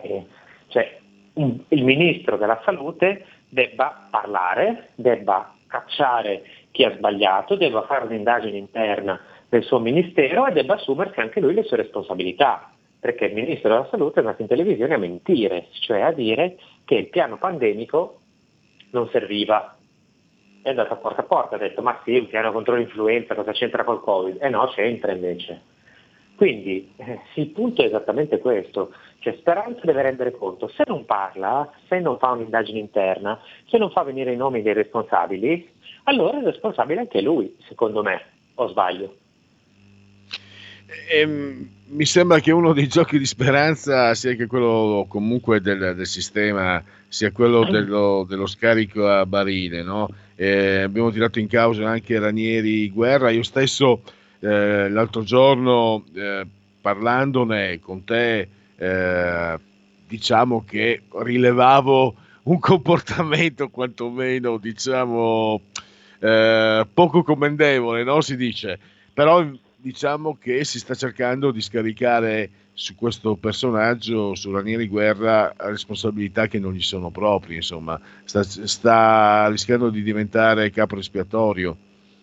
il ministro della salute debba parlare, debba cacciare chi ha sbagliato, debba fare un'indagine interna del suo ministero e debba assumersi anche lui le sue responsabilità, perché il ministro della salute è andato in televisione a mentire, cioè a dire che il piano pandemico non serviva. È andato a porta, ha detto ma sì, un piano contro l'influenza, cosa c'entra col Covid? No, c'entra invece. Quindi il punto è esattamente questo, cioè Speranza deve rendere conto, se non parla, se non fa un'indagine interna, se non fa venire i nomi dei responsabili, allora è responsabile anche lui, secondo me, o sbaglio? Mi sembra che uno dei giochi di Speranza sia che quello comunque del sistema, sia quello dello scarico a barile, no? Abbiamo tirato in causa anche Ranieri Guerra. Io stesso l'altro giorno parlandone con te diciamo che rilevavo un comportamento quantomeno diciamo poco commendevole, no? Si dice, però diciamo che si sta cercando di scaricare su questo personaggio, su Ranieri Guerra, responsabilità che non gli sono proprie, insomma, sta rischiando di diventare capo espiatorio.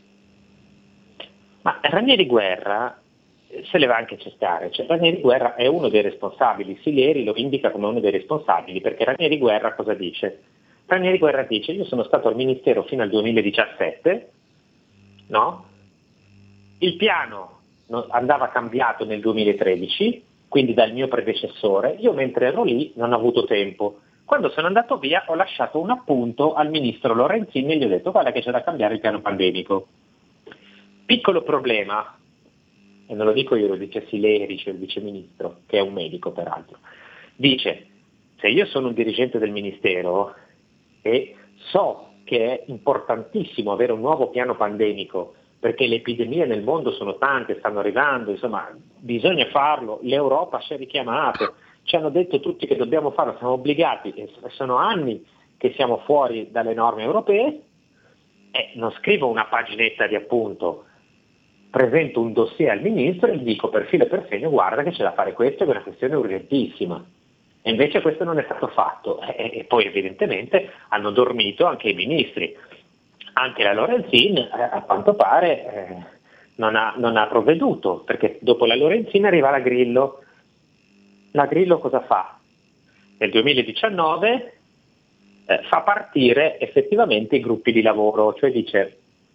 Ma Ranieri Guerra se le va anche cercare, cioè Ranieri Guerra è uno dei responsabili, Sileri lo indica come uno dei responsabili, perché Ranieri Guerra cosa dice? Ranieri Guerra dice: io sono stato al Ministero fino al 2017, no? Il piano andava cambiato nel 2013, quindi dal mio predecessore. Io mentre ero lì non ho avuto tempo. Quando sono andato via ho lasciato un appunto al ministro Lorenzin e gli ho detto guarda che c'è da cambiare il piano pandemico. Piccolo problema, e non lo dico io, lo dice Sileri, cioè il viceministro, che è un medico peraltro. Dice, se io sono un dirigente del ministero e so che è importantissimo avere un nuovo piano pandemico, perché le epidemie nel mondo sono tante, stanno arrivando, insomma, bisogna farlo, l'Europa ci ha richiamato, ci hanno detto tutti che dobbiamo farlo, siamo obbligati, e sono anni che siamo fuori dalle norme europee, e non scrivo una paginetta di appunto, presento un dossier al ministro e gli dico per filo e per segno guarda che c'è da fare questo, che è una questione urgentissima. E invece questo non è stato fatto, e poi evidentemente hanno dormito anche i ministri. Anche la Lorenzin a quanto pare non ha provveduto, perché dopo la Lorenzin arriva la Grillo. La Grillo cosa fa? Nel 2019 fa partire effettivamente i gruppi di lavoro, cioè dice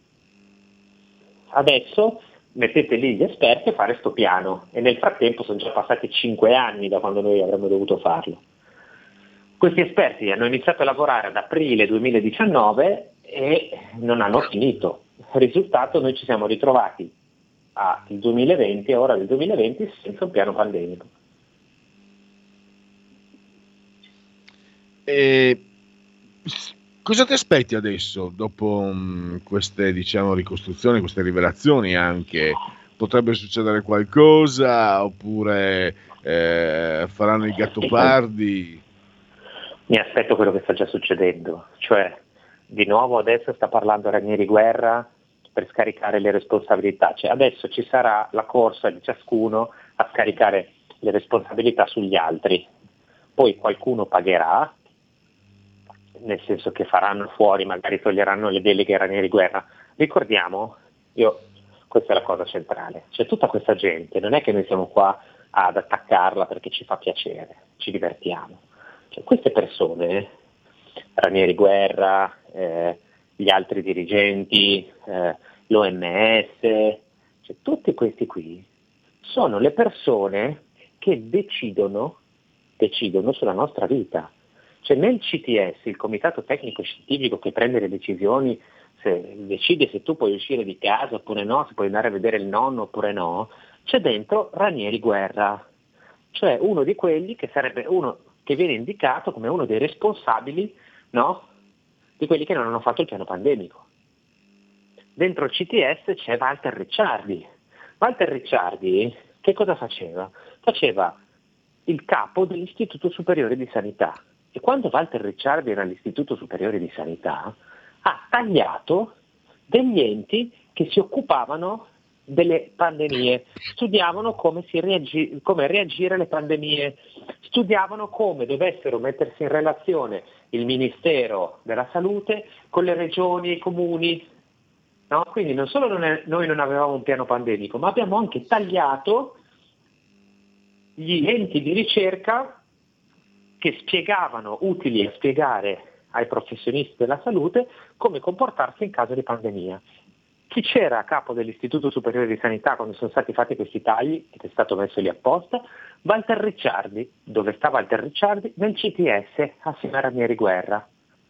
adesso mettete lì gli esperti a fare sto piano, e nel frattempo sono già passati 5 anni da quando noi avremmo dovuto farlo. Questi esperti hanno iniziato a lavorare ad aprile 2019 e non hanno finito. Risultato, noi ci siamo ritrovati al 2020, a ora del 2020, senza un piano pandemico. Cosa ti aspetti adesso, dopo queste ricostruzioni, queste rivelazioni anche? Potrebbe succedere qualcosa, oppure faranno i gattopardi? Mi aspetto quello che sta già succedendo, cioè di nuovo adesso sta parlando Ranieri Guerra per scaricare le responsabilità, cioè adesso ci sarà la corsa di ciascuno a scaricare le responsabilità sugli altri, poi qualcuno pagherà, nel senso che faranno fuori, magari toglieranno le deleghe a Ranieri Guerra. Ricordiamo, questa è la cosa centrale, cioè tutta questa gente, non è che noi siamo qua ad attaccarla perché ci fa piacere, ci divertiamo. Cioè, queste persone, Ranieri Guerra, gli altri dirigenti, l'OMS, cioè tutti questi qui sono le persone che decidono sulla nostra vita. Cioè nel CTS, il Comitato Tecnico Scientifico che prende le decisioni, decide se tu puoi uscire di casa oppure no, se puoi andare a vedere il nonno oppure no, c'è dentro Ranieri Guerra, cioè uno di quelli che sarebbe uno che viene indicato come uno dei responsabili, no? Di quelli che non hanno fatto il piano pandemico. Dentro il CTS c'è Walter Ricciardi. Walter Ricciardi che cosa faceva? Faceva il capo dell'Istituto Superiore di Sanità. E quando Walter Ricciardi era all'Istituto Superiore di Sanità, ha tagliato degli enti che si occupavano delle pandemie, studiavano come reagire alle pandemie, studiavano come dovessero mettersi in relazione il Ministero della Salute con le regioni e i comuni. No? Quindi non solo noi non avevamo un piano pandemico, ma abbiamo anche tagliato gli enti di ricerca che spiegavano, utili a spiegare ai professionisti della salute come comportarsi in caso di pandemia. Chi c'era a capo dell'Istituto Superiore di Sanità quando sono stati fatti questi tagli, che è stato messo lì apposta? Walter Ricciardi. Dove sta Walter Ricciardi? Nel CTS, assieme a Ranieri Guerra.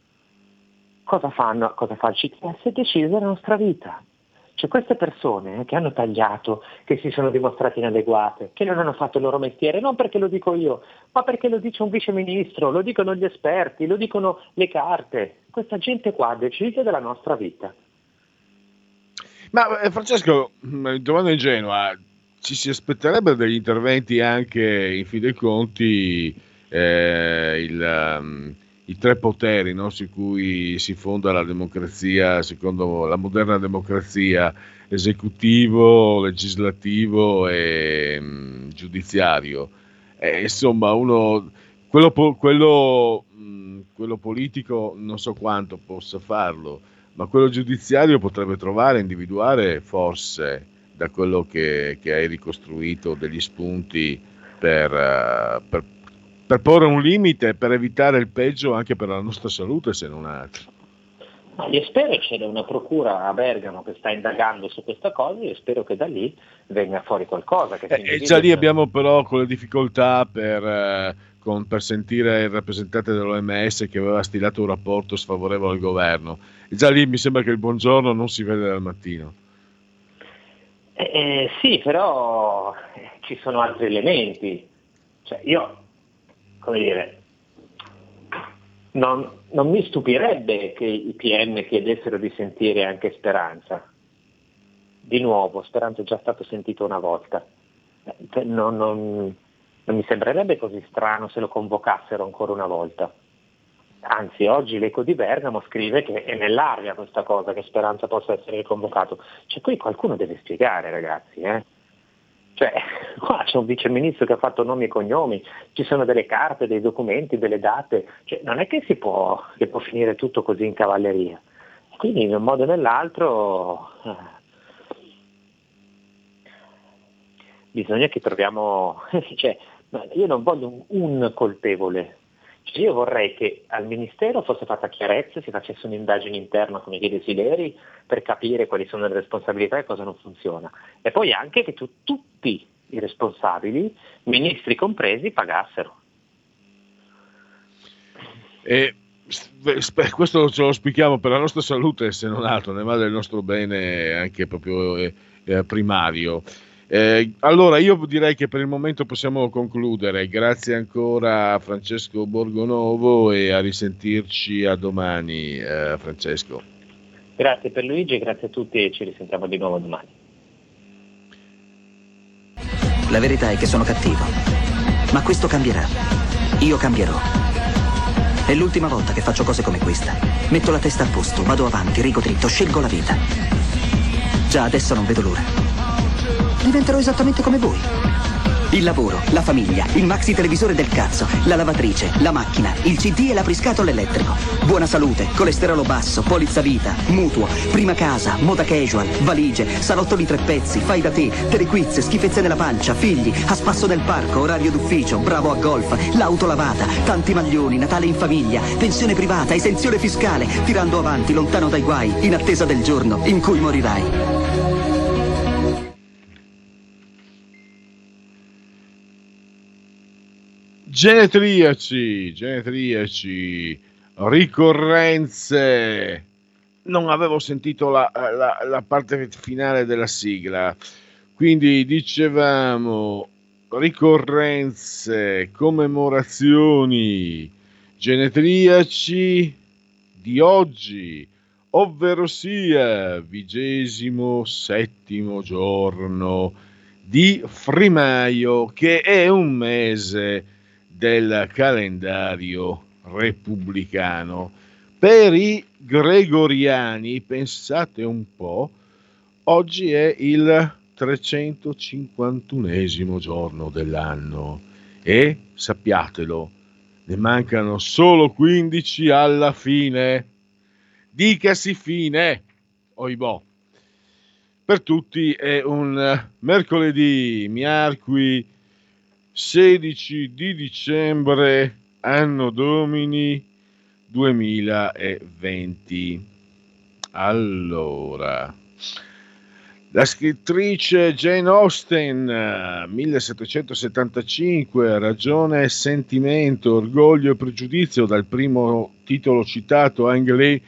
Cosa fa il CTS? Decide la nostra vita. Cioè queste persone che hanno tagliato, che si sono dimostrate inadeguate, che non hanno fatto il loro mestiere, non perché lo dico io, ma perché lo dice un viceministro, lo dicono gli esperti, lo dicono le carte. Questa gente qua decide della nostra vita. Ma Francesco, domanda ingenua, ci si aspetterebbero degli interventi anche in fin dei conti i tre poteri, no, su cui si fonda la democrazia, secondo la moderna democrazia, esecutivo, legislativo e giudiziario. Insomma, quello politico non so quanto possa farlo, ma quello giudiziario potrebbe individuare forse, da quello che hai ricostruito, degli spunti per porre un limite, per evitare il peggio anche per la nostra salute, se non altro. Ma io spero c'è una procura a Bergamo che sta indagando su questa cosa, e spero che da lì venga fuori qualcosa. E già lì abbiamo però con le difficoltà per sentire il rappresentante dell'OMS che aveva stilato un rapporto sfavorevole al governo. E già lì mi sembra che il buongiorno non si vede dal mattino. Sì, però ci sono altri elementi. Cioè io, come dire, non mi stupirebbe che i PM chiedessero di sentire anche Speranza. Di nuovo, Speranza è già stato sentito una volta. Non mi sembrerebbe così strano se lo convocassero ancora una volta. Anzi, oggi l'Eco di Bergamo scrive che è nell'aria questa cosa, che Speranza possa essere convocato. Cioè qui qualcuno deve spiegare, ragazzi. Cioè, Qua c'è un viceministro che ha fatto nomi e cognomi, ci sono delle carte, dei documenti, delle date, cioè, non è che può finire tutto così in cavalleria. Quindi in un modo o nell'altro bisogna che troviamo, cioè, io non voglio un colpevole, cioè, io vorrei che al Ministero fosse fatta chiarezza, si facesse un'indagine interna come chiede Sileri per capire quali sono le responsabilità e cosa non funziona, e poi anche che tutti i responsabili, ministri compresi, pagassero. Questo ce lo auspichiamo per la nostra salute, se non altro, ne va del nostro bene anche proprio primario. Allora io direi che per il momento possiamo concludere. Grazie ancora a Francesco Borgonovo e a risentirci a domani, Francesco. Grazie per Luigi, grazie a tutti e ci risentiamo di nuovo domani. La verità è che sono cattivo, ma questo cambierà. Io cambierò. È l'ultima volta che faccio cose come questa. Metto la testa a posto, vado avanti, rigo dritto, scelgo la vita. Già adesso non vedo l'ora. Diventerò esattamente come voi. Il lavoro, la famiglia, il maxi televisore del cazzo, la lavatrice, la macchina, il CD e l'apriscatole elettrico. Buona salute, colesterolo basso, polizza vita, mutuo, prima casa, moda casual, valigie, salottoli 3 pezzi, fai da te, telequiz, schifezze nella pancia, figli, a spasso nel parco, orario d'ufficio, bravo a golf, l'auto lavata, tanti maglioni, Natale in famiglia, pensione privata, esenzione fiscale, tirando avanti, lontano dai guai, in attesa del giorno in cui morirai. Genetriaci, ricorrenze. Non avevo sentito la parte finale della sigla, quindi dicevamo ricorrenze, commemorazioni, genetriaci di oggi, ovvero sia 27° giorno di Frimaio, che è un mese del calendario repubblicano. Per i gregoriani, pensate un po', oggi è il 351° giorno dell'anno e, sappiatelo, ne mancano solo 15 alla fine. Dicasi fine, oibò. Per tutti è un mercoledì, miarqui 16 di dicembre, anno domini 2020. Allora, la scrittrice Jane Austen, 1775, Ragione e sentimento, orgoglio e pregiudizio, dal primo titolo citato, Anglais,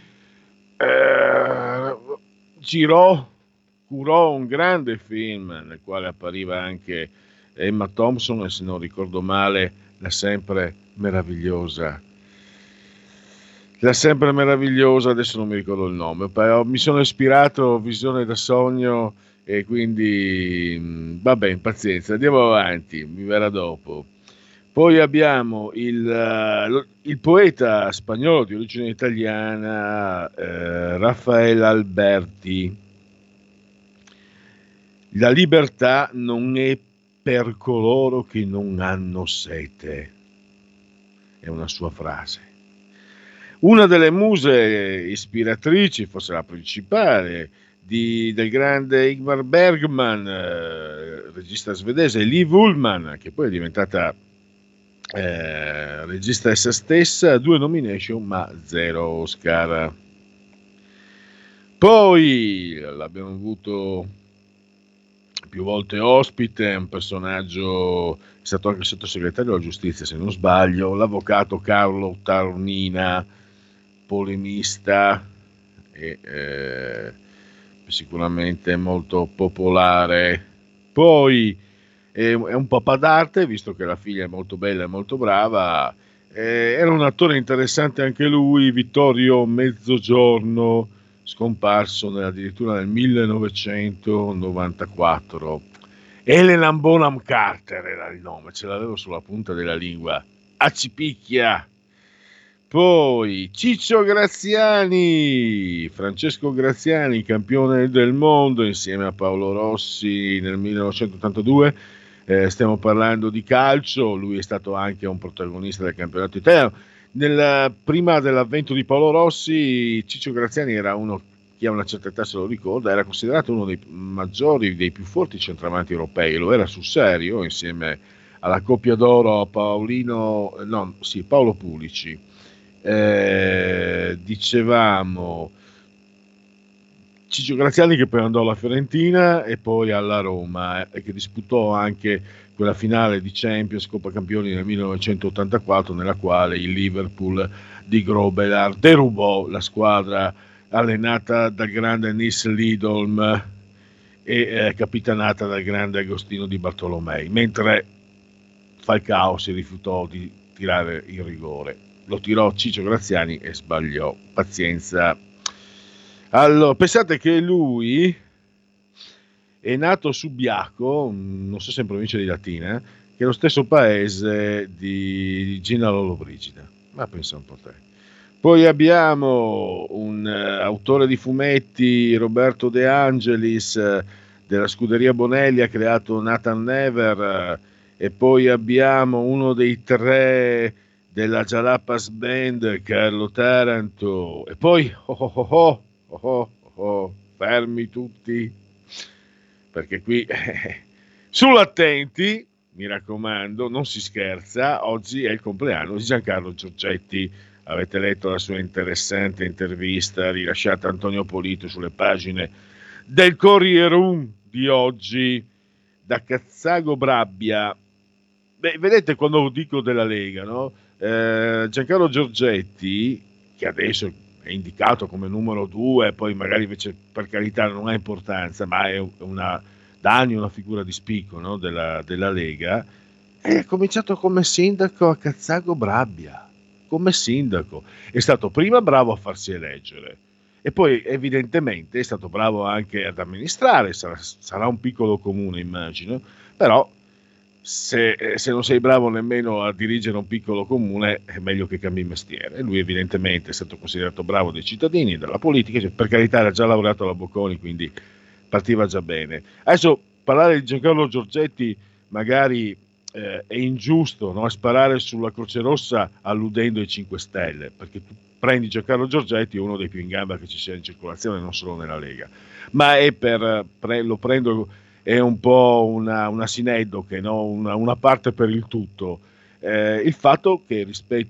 curò un grande film nel quale appariva anche Emma Thompson e, se non ricordo male, la sempre meravigliosa, adesso non mi ricordo il nome, però mi sono ispirato, visione da sogno, e quindi vabbè, pazienza, andiamo avanti, mi verrà dopo. Poi abbiamo il poeta spagnolo di origine italiana, Rafael Alberti. La libertà non è per coloro che non hanno sete, è una sua frase. Una delle muse ispiratrici, forse la principale, del grande Ingmar Bergman, regista svedese, Liv Ullmann, che poi è diventata regista essa stessa, 2 nomination ma 0 Oscar. Poi l'abbiamo avuto più volte ospite, un personaggio, è stato anche sottosegretario alla giustizia se non sbaglio, l'avvocato Carlo Tarnina, polemista e sicuramente molto popolare. Poi è un papà d'arte, visto che la figlia è molto bella e molto brava. Era un attore interessante anche lui, Vittorio Mezzogiorno, scomparso addirittura nel 1994. Helena Bonham Carter era il nome, ce l'avevo sulla punta della lingua. Accipicchia. Poi Ciccio Graziani, Francesco Graziani, campione del mondo insieme a Paolo Rossi nel 1982, stiamo parlando di calcio, lui è stato anche un protagonista del campionato italiano. Prima dell'avvento di Paolo Rossi, Ciccio Graziani era uno, chi ha una certa età se lo ricorda, era considerato uno dei maggiori, dei più forti centravanti europei, lo era sul serio, insieme alla coppia d'oro Paolo Pulici. Dicevamo Ciccio Graziani, che poi andò alla Fiorentina e poi alla Roma, e che disputò anche quella finale di Champions, Coppa Campioni nel 1984, nella quale il Liverpool di Grobbelaar derubò la squadra allenata dal grande Nils Lidholm e capitanata dal grande Agostino Di Bartolomei, mentre Falcao si rifiutò di tirare il rigore. Lo tirò Ciccio Graziani e sbagliò. Pazienza. Allora, pensate che lui è nato a Subiaco, non so se in provincia di Latina, che è lo stesso paese di Gina Lollobrigida. Ma pensa un po' te. Poi abbiamo un autore di fumetti, Roberto De Angelis, della scuderia Bonelli, ha creato Nathan Never, e poi abbiamo uno dei 3 della Jalapas Band, Carlo Taranto, e poi fermi tutti, perché qui sull'attenti, mi raccomando, non si scherza, oggi è il compleanno di Giancarlo Giorgetti. Avete letto la sua interessante intervista rilasciata a Antonio Polito sulle pagine del Corrierum di oggi. Da Cazzago Brabbia. Vedete, quando dico della Lega, no? Giancarlo Giorgetti, che adesso è indicato come numero 2, poi magari invece per carità non ha importanza, ma è da anni una figura di spicco, no? della Lega, è cominciato come sindaco a Cazzago Brabbia. Come sindaco è stato prima bravo a farsi eleggere e poi evidentemente è stato bravo anche ad amministrare. Sarà un piccolo comune, immagino, però se non sei bravo nemmeno a dirigere un piccolo comune è meglio che cambi mestiere. E lui evidentemente è stato considerato bravo dai cittadini e dalla politica, cioè, per carità era già lavorato alla Bocconi, quindi partiva già bene. Adesso parlare di Giancarlo Giorgetti magari è ingiusto, no? Sparare sulla Croce Rossa alludendo ai 5 Stelle, perché tu prendi Giancarlo Giorgetti, è uno dei più in gamba che ci sia in circolazione, non solo nella Lega, ma è lo prendo, è un po' una sineddoche, no? una parte per il tutto. Il fatto che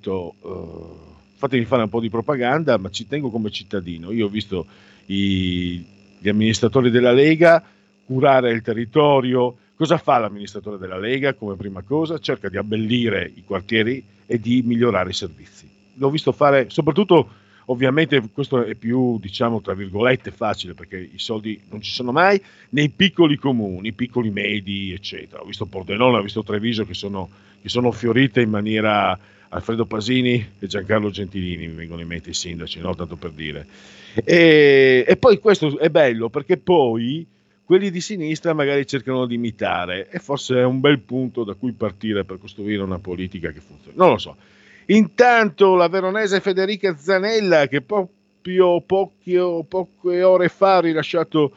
fatemi fare un po' di propaganda, ma ci tengo come cittadino. Io ho visto gli amministratori della Lega curare il territorio. Cosa fa l'amministratore della Lega come prima cosa? Cerca di abbellire i quartieri e di migliorare i servizi. L'ho visto fare, soprattutto, ovviamente questo è più, diciamo, tra virgolette, facile, perché i soldi non ci sono mai, nei piccoli comuni, piccoli medi, eccetera. Ho visto Pordenone, ho visto Treviso che sono fiorite in maniera. Alfredo Pasini e Giancarlo Gentilini mi vengono in mente i sindaci, no? Tanto per dire. E poi questo è bello, perché poi quelli di sinistra magari cercano di imitare, e forse è un bel punto da cui partire per costruire una politica che funzioni. Non lo so. Intanto la veronese Federica Zanella, che proprio poche ore fa ha rilasciato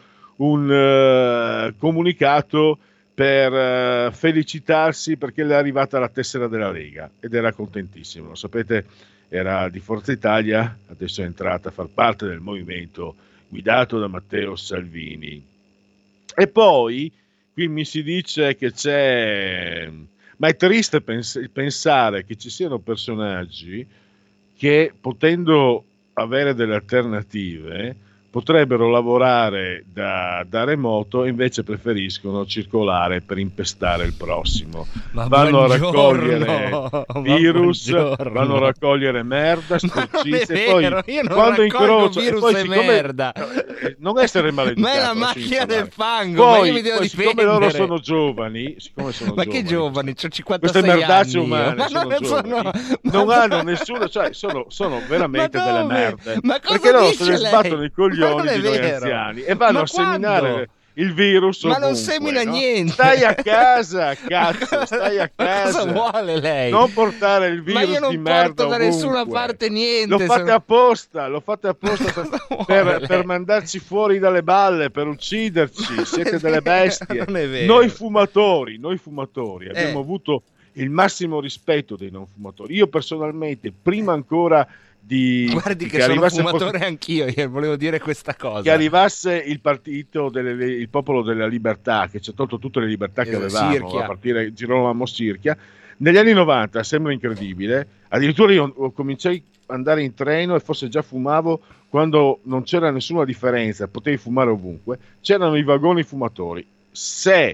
un comunicato per felicitarsi perché le è arrivata la tessera della Lega, ed era contentissimo. Lo sapete, era di Forza Italia, adesso è entrata a far parte del movimento guidato da Matteo Salvini. E poi qui mi si dice che c'è, ma è triste pensare che ci siano personaggi che, potendo avere delle alternative, potrebbero lavorare da remoto e invece preferiscono circolare per impestare il prossimo. Vanno a raccogliere virus, vanno a raccogliere merda, sporcizia, poi io non quando raccolgo incrocio virus e merda. Non essere maleducato, ma è la macchina del fango, poi, ma io mi devo siccome difendere. loro sono giovani, ma che giovani? C'ho 56 queste merdacce anni umane ma non hanno nessuno, cioè sono veramente delle merde, ma cosa perché loro dice se ne lei? sbattono i coglioni Ma non è di noi vero. anziani e vanno Ma a seminare il virus Ma ovunque, non semina no? niente. Stai a casa, cazzo, stai a casa. Cosa vuole lei? Non portare il virus Ma io non di merda porto da nessuna ovunque. parte niente. Lo fate apposta per mandarci fuori dalle balle, per ucciderci. Siete delle bestie. Non è vero. Noi fumatori abbiamo avuto il massimo rispetto dei non fumatori. Io personalmente, prima ancora Guardi che sono fumatore anch'io, io volevo dire questa cosa. Che arrivasse il partito il popolo della libertà, che ci ha tolto tutte le libertà che avevamo, Sirchia. a partire da Girolamo Sirchia. Negli anni 90 sembra incredibile, addirittura io cominciai ad andare in treno e forse già fumavo quando non c'era nessuna differenza, potevi fumare ovunque, c'erano i vagoni fumatori. Se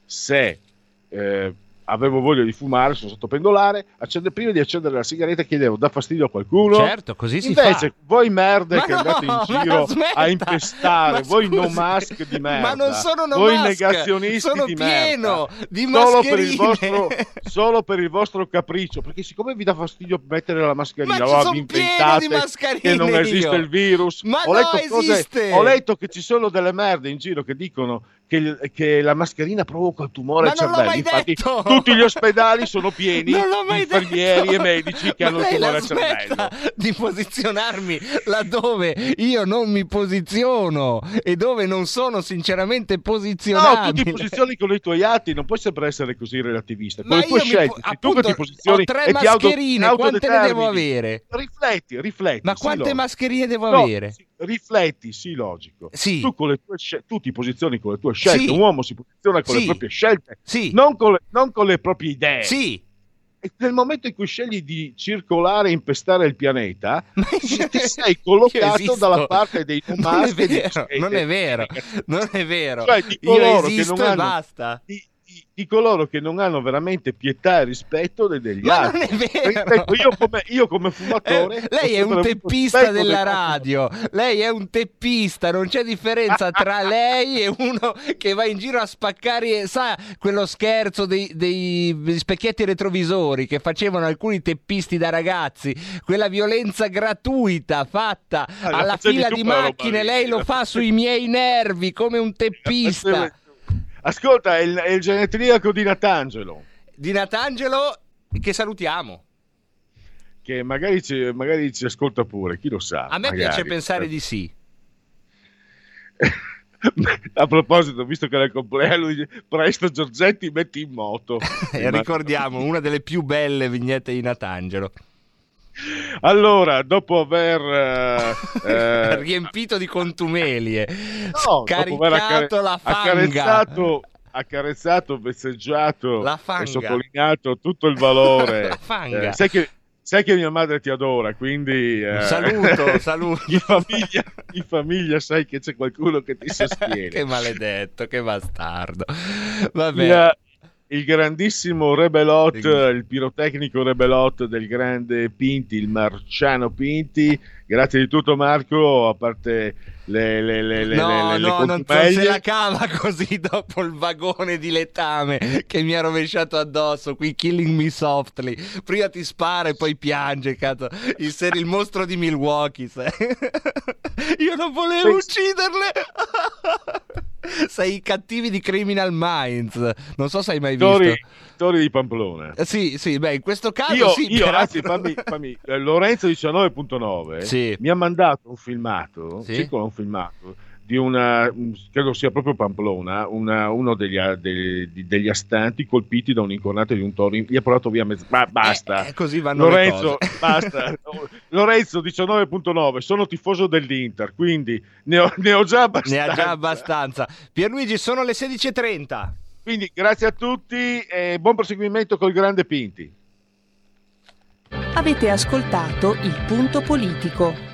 avevo voglia di fumare, sono stato pendolare, prima di accendere la sigaretta chiedevo: dà fastidio a qualcuno? Certo, così si Invece, fa. voi merde Ma che no, andate in ma giro smetta. a impestare, Ma voi scusi, no mask di merda, ma non sono no voi mask, negazionisti sono di pieno merda, di solo per il vostro capriccio, perché siccome vi dà fastidio mettere la mascherina, Ma ci allora son vi pieno inventate di mascherine che non esiste io. il virus. Ma ho no, letto esiste. ho letto che ci sono delle merde in giro che dicono che la mascherina provoca il tumore Ma al non l'ho cervello. mai Infatti detto. tutti gli ospedali sono pieni Non l'ho di mai infermieri detto. e medici che Ma hanno il lei tumore la al cervello. smetta di posizionarmi laddove io non mi posiziono e dove non sono sinceramente No, posizionabile. tu ti posizioni con i tuoi atti, non puoi sempre essere così relativista. Con Ma le tue io mi scelte, sei tu che ti posizioni ho 3 e ti mascherine, quante ne devo autodetermini. avere? Rifletti. Ma sì, quante logico. mascherine devo No, avere? sì, rifletti, sì, logico. Sì. Tu con le tue tu ti posizioni con le tue scelte. Sì. Un uomo si posiziona con Sì. le proprie scelte, Sì. non con le proprie idee. Sì. E nel momento in cui scegli di circolare e impestare il pianeta, ti sei collocato dalla parte dei non Non è mask e dei- vero, non è vero, non è vero. Cioè, di Io coloro che esisto non e hanno- basta. di coloro che non hanno veramente pietà e rispetto degli Ma altri. non è vero. Ripeto, io come fumatore Lei è ho un sempre avuto teppista rispetto della dei- radio, lei è un teppista, non c'è differenza tra lei e uno che va in giro a spaccare, sa quello scherzo dei specchietti retrovisori che facevano alcuni teppisti da ragazzi, quella violenza gratuita fatta la alla facevi fila tu di quella roba macchine, lì. lei lo fa sui miei nervi come un teppista. Ascolta, è il genetriaco di Natangelo, Di Natangelo che salutiamo. che magari ci ascolta pure, chi lo sa. A me magari. piace pensare di sì. A proposito, visto che era il compleanno, presto Giorgetti, metti in moto. Ricordiamo una delle più belle vignette di Natangelo. Allora, dopo aver riempito di contumelie, dopo aver scaricato la fanga, accarezzato, vezzeggiato La fanga. e sottolineato tutto il valore. La fanga. Sai che mia madre ti adora, quindi saluto. In famiglia sai che c'è qualcuno che ti sostiene. Che maledetto, che bastardo. Vabbè. Il grandissimo Rebelot, il pirotecnico Rebelot del grande Pinti, il Marciano Pinti. Grazie di tutto, Marco, a parte le non se la cava così dopo il vagone di letame che mi ha rovesciato addosso qui, Killing Me Softly. Prima ti spara e poi piange, cazzo. Il mostro di Milwaukee, sai? Io non volevo ucciderle. Sei i cattivi di Criminal Minds. Non so se hai mai visto. Storie di Pamplona. Sì, beh, in questo caso io, però... anzi, fammi Lorenzo 19.9 sì. mi ha mandato un filmato, sì. un filmato di credo sia proprio Pamplona, uno degli astanti colpiti da un'incornata di un toro, gli ha portato via basta. Così vanno Lorenzo, le cose. basta. Lorenzo 19.9, sono tifoso dell'Inter, quindi ne ho già abbastanza. Ne ha già abbastanza. Pierluigi, sono le 16:30. Quindi grazie a tutti e buon proseguimento col grande Pinti. Avete ascoltato Il Punto Politico.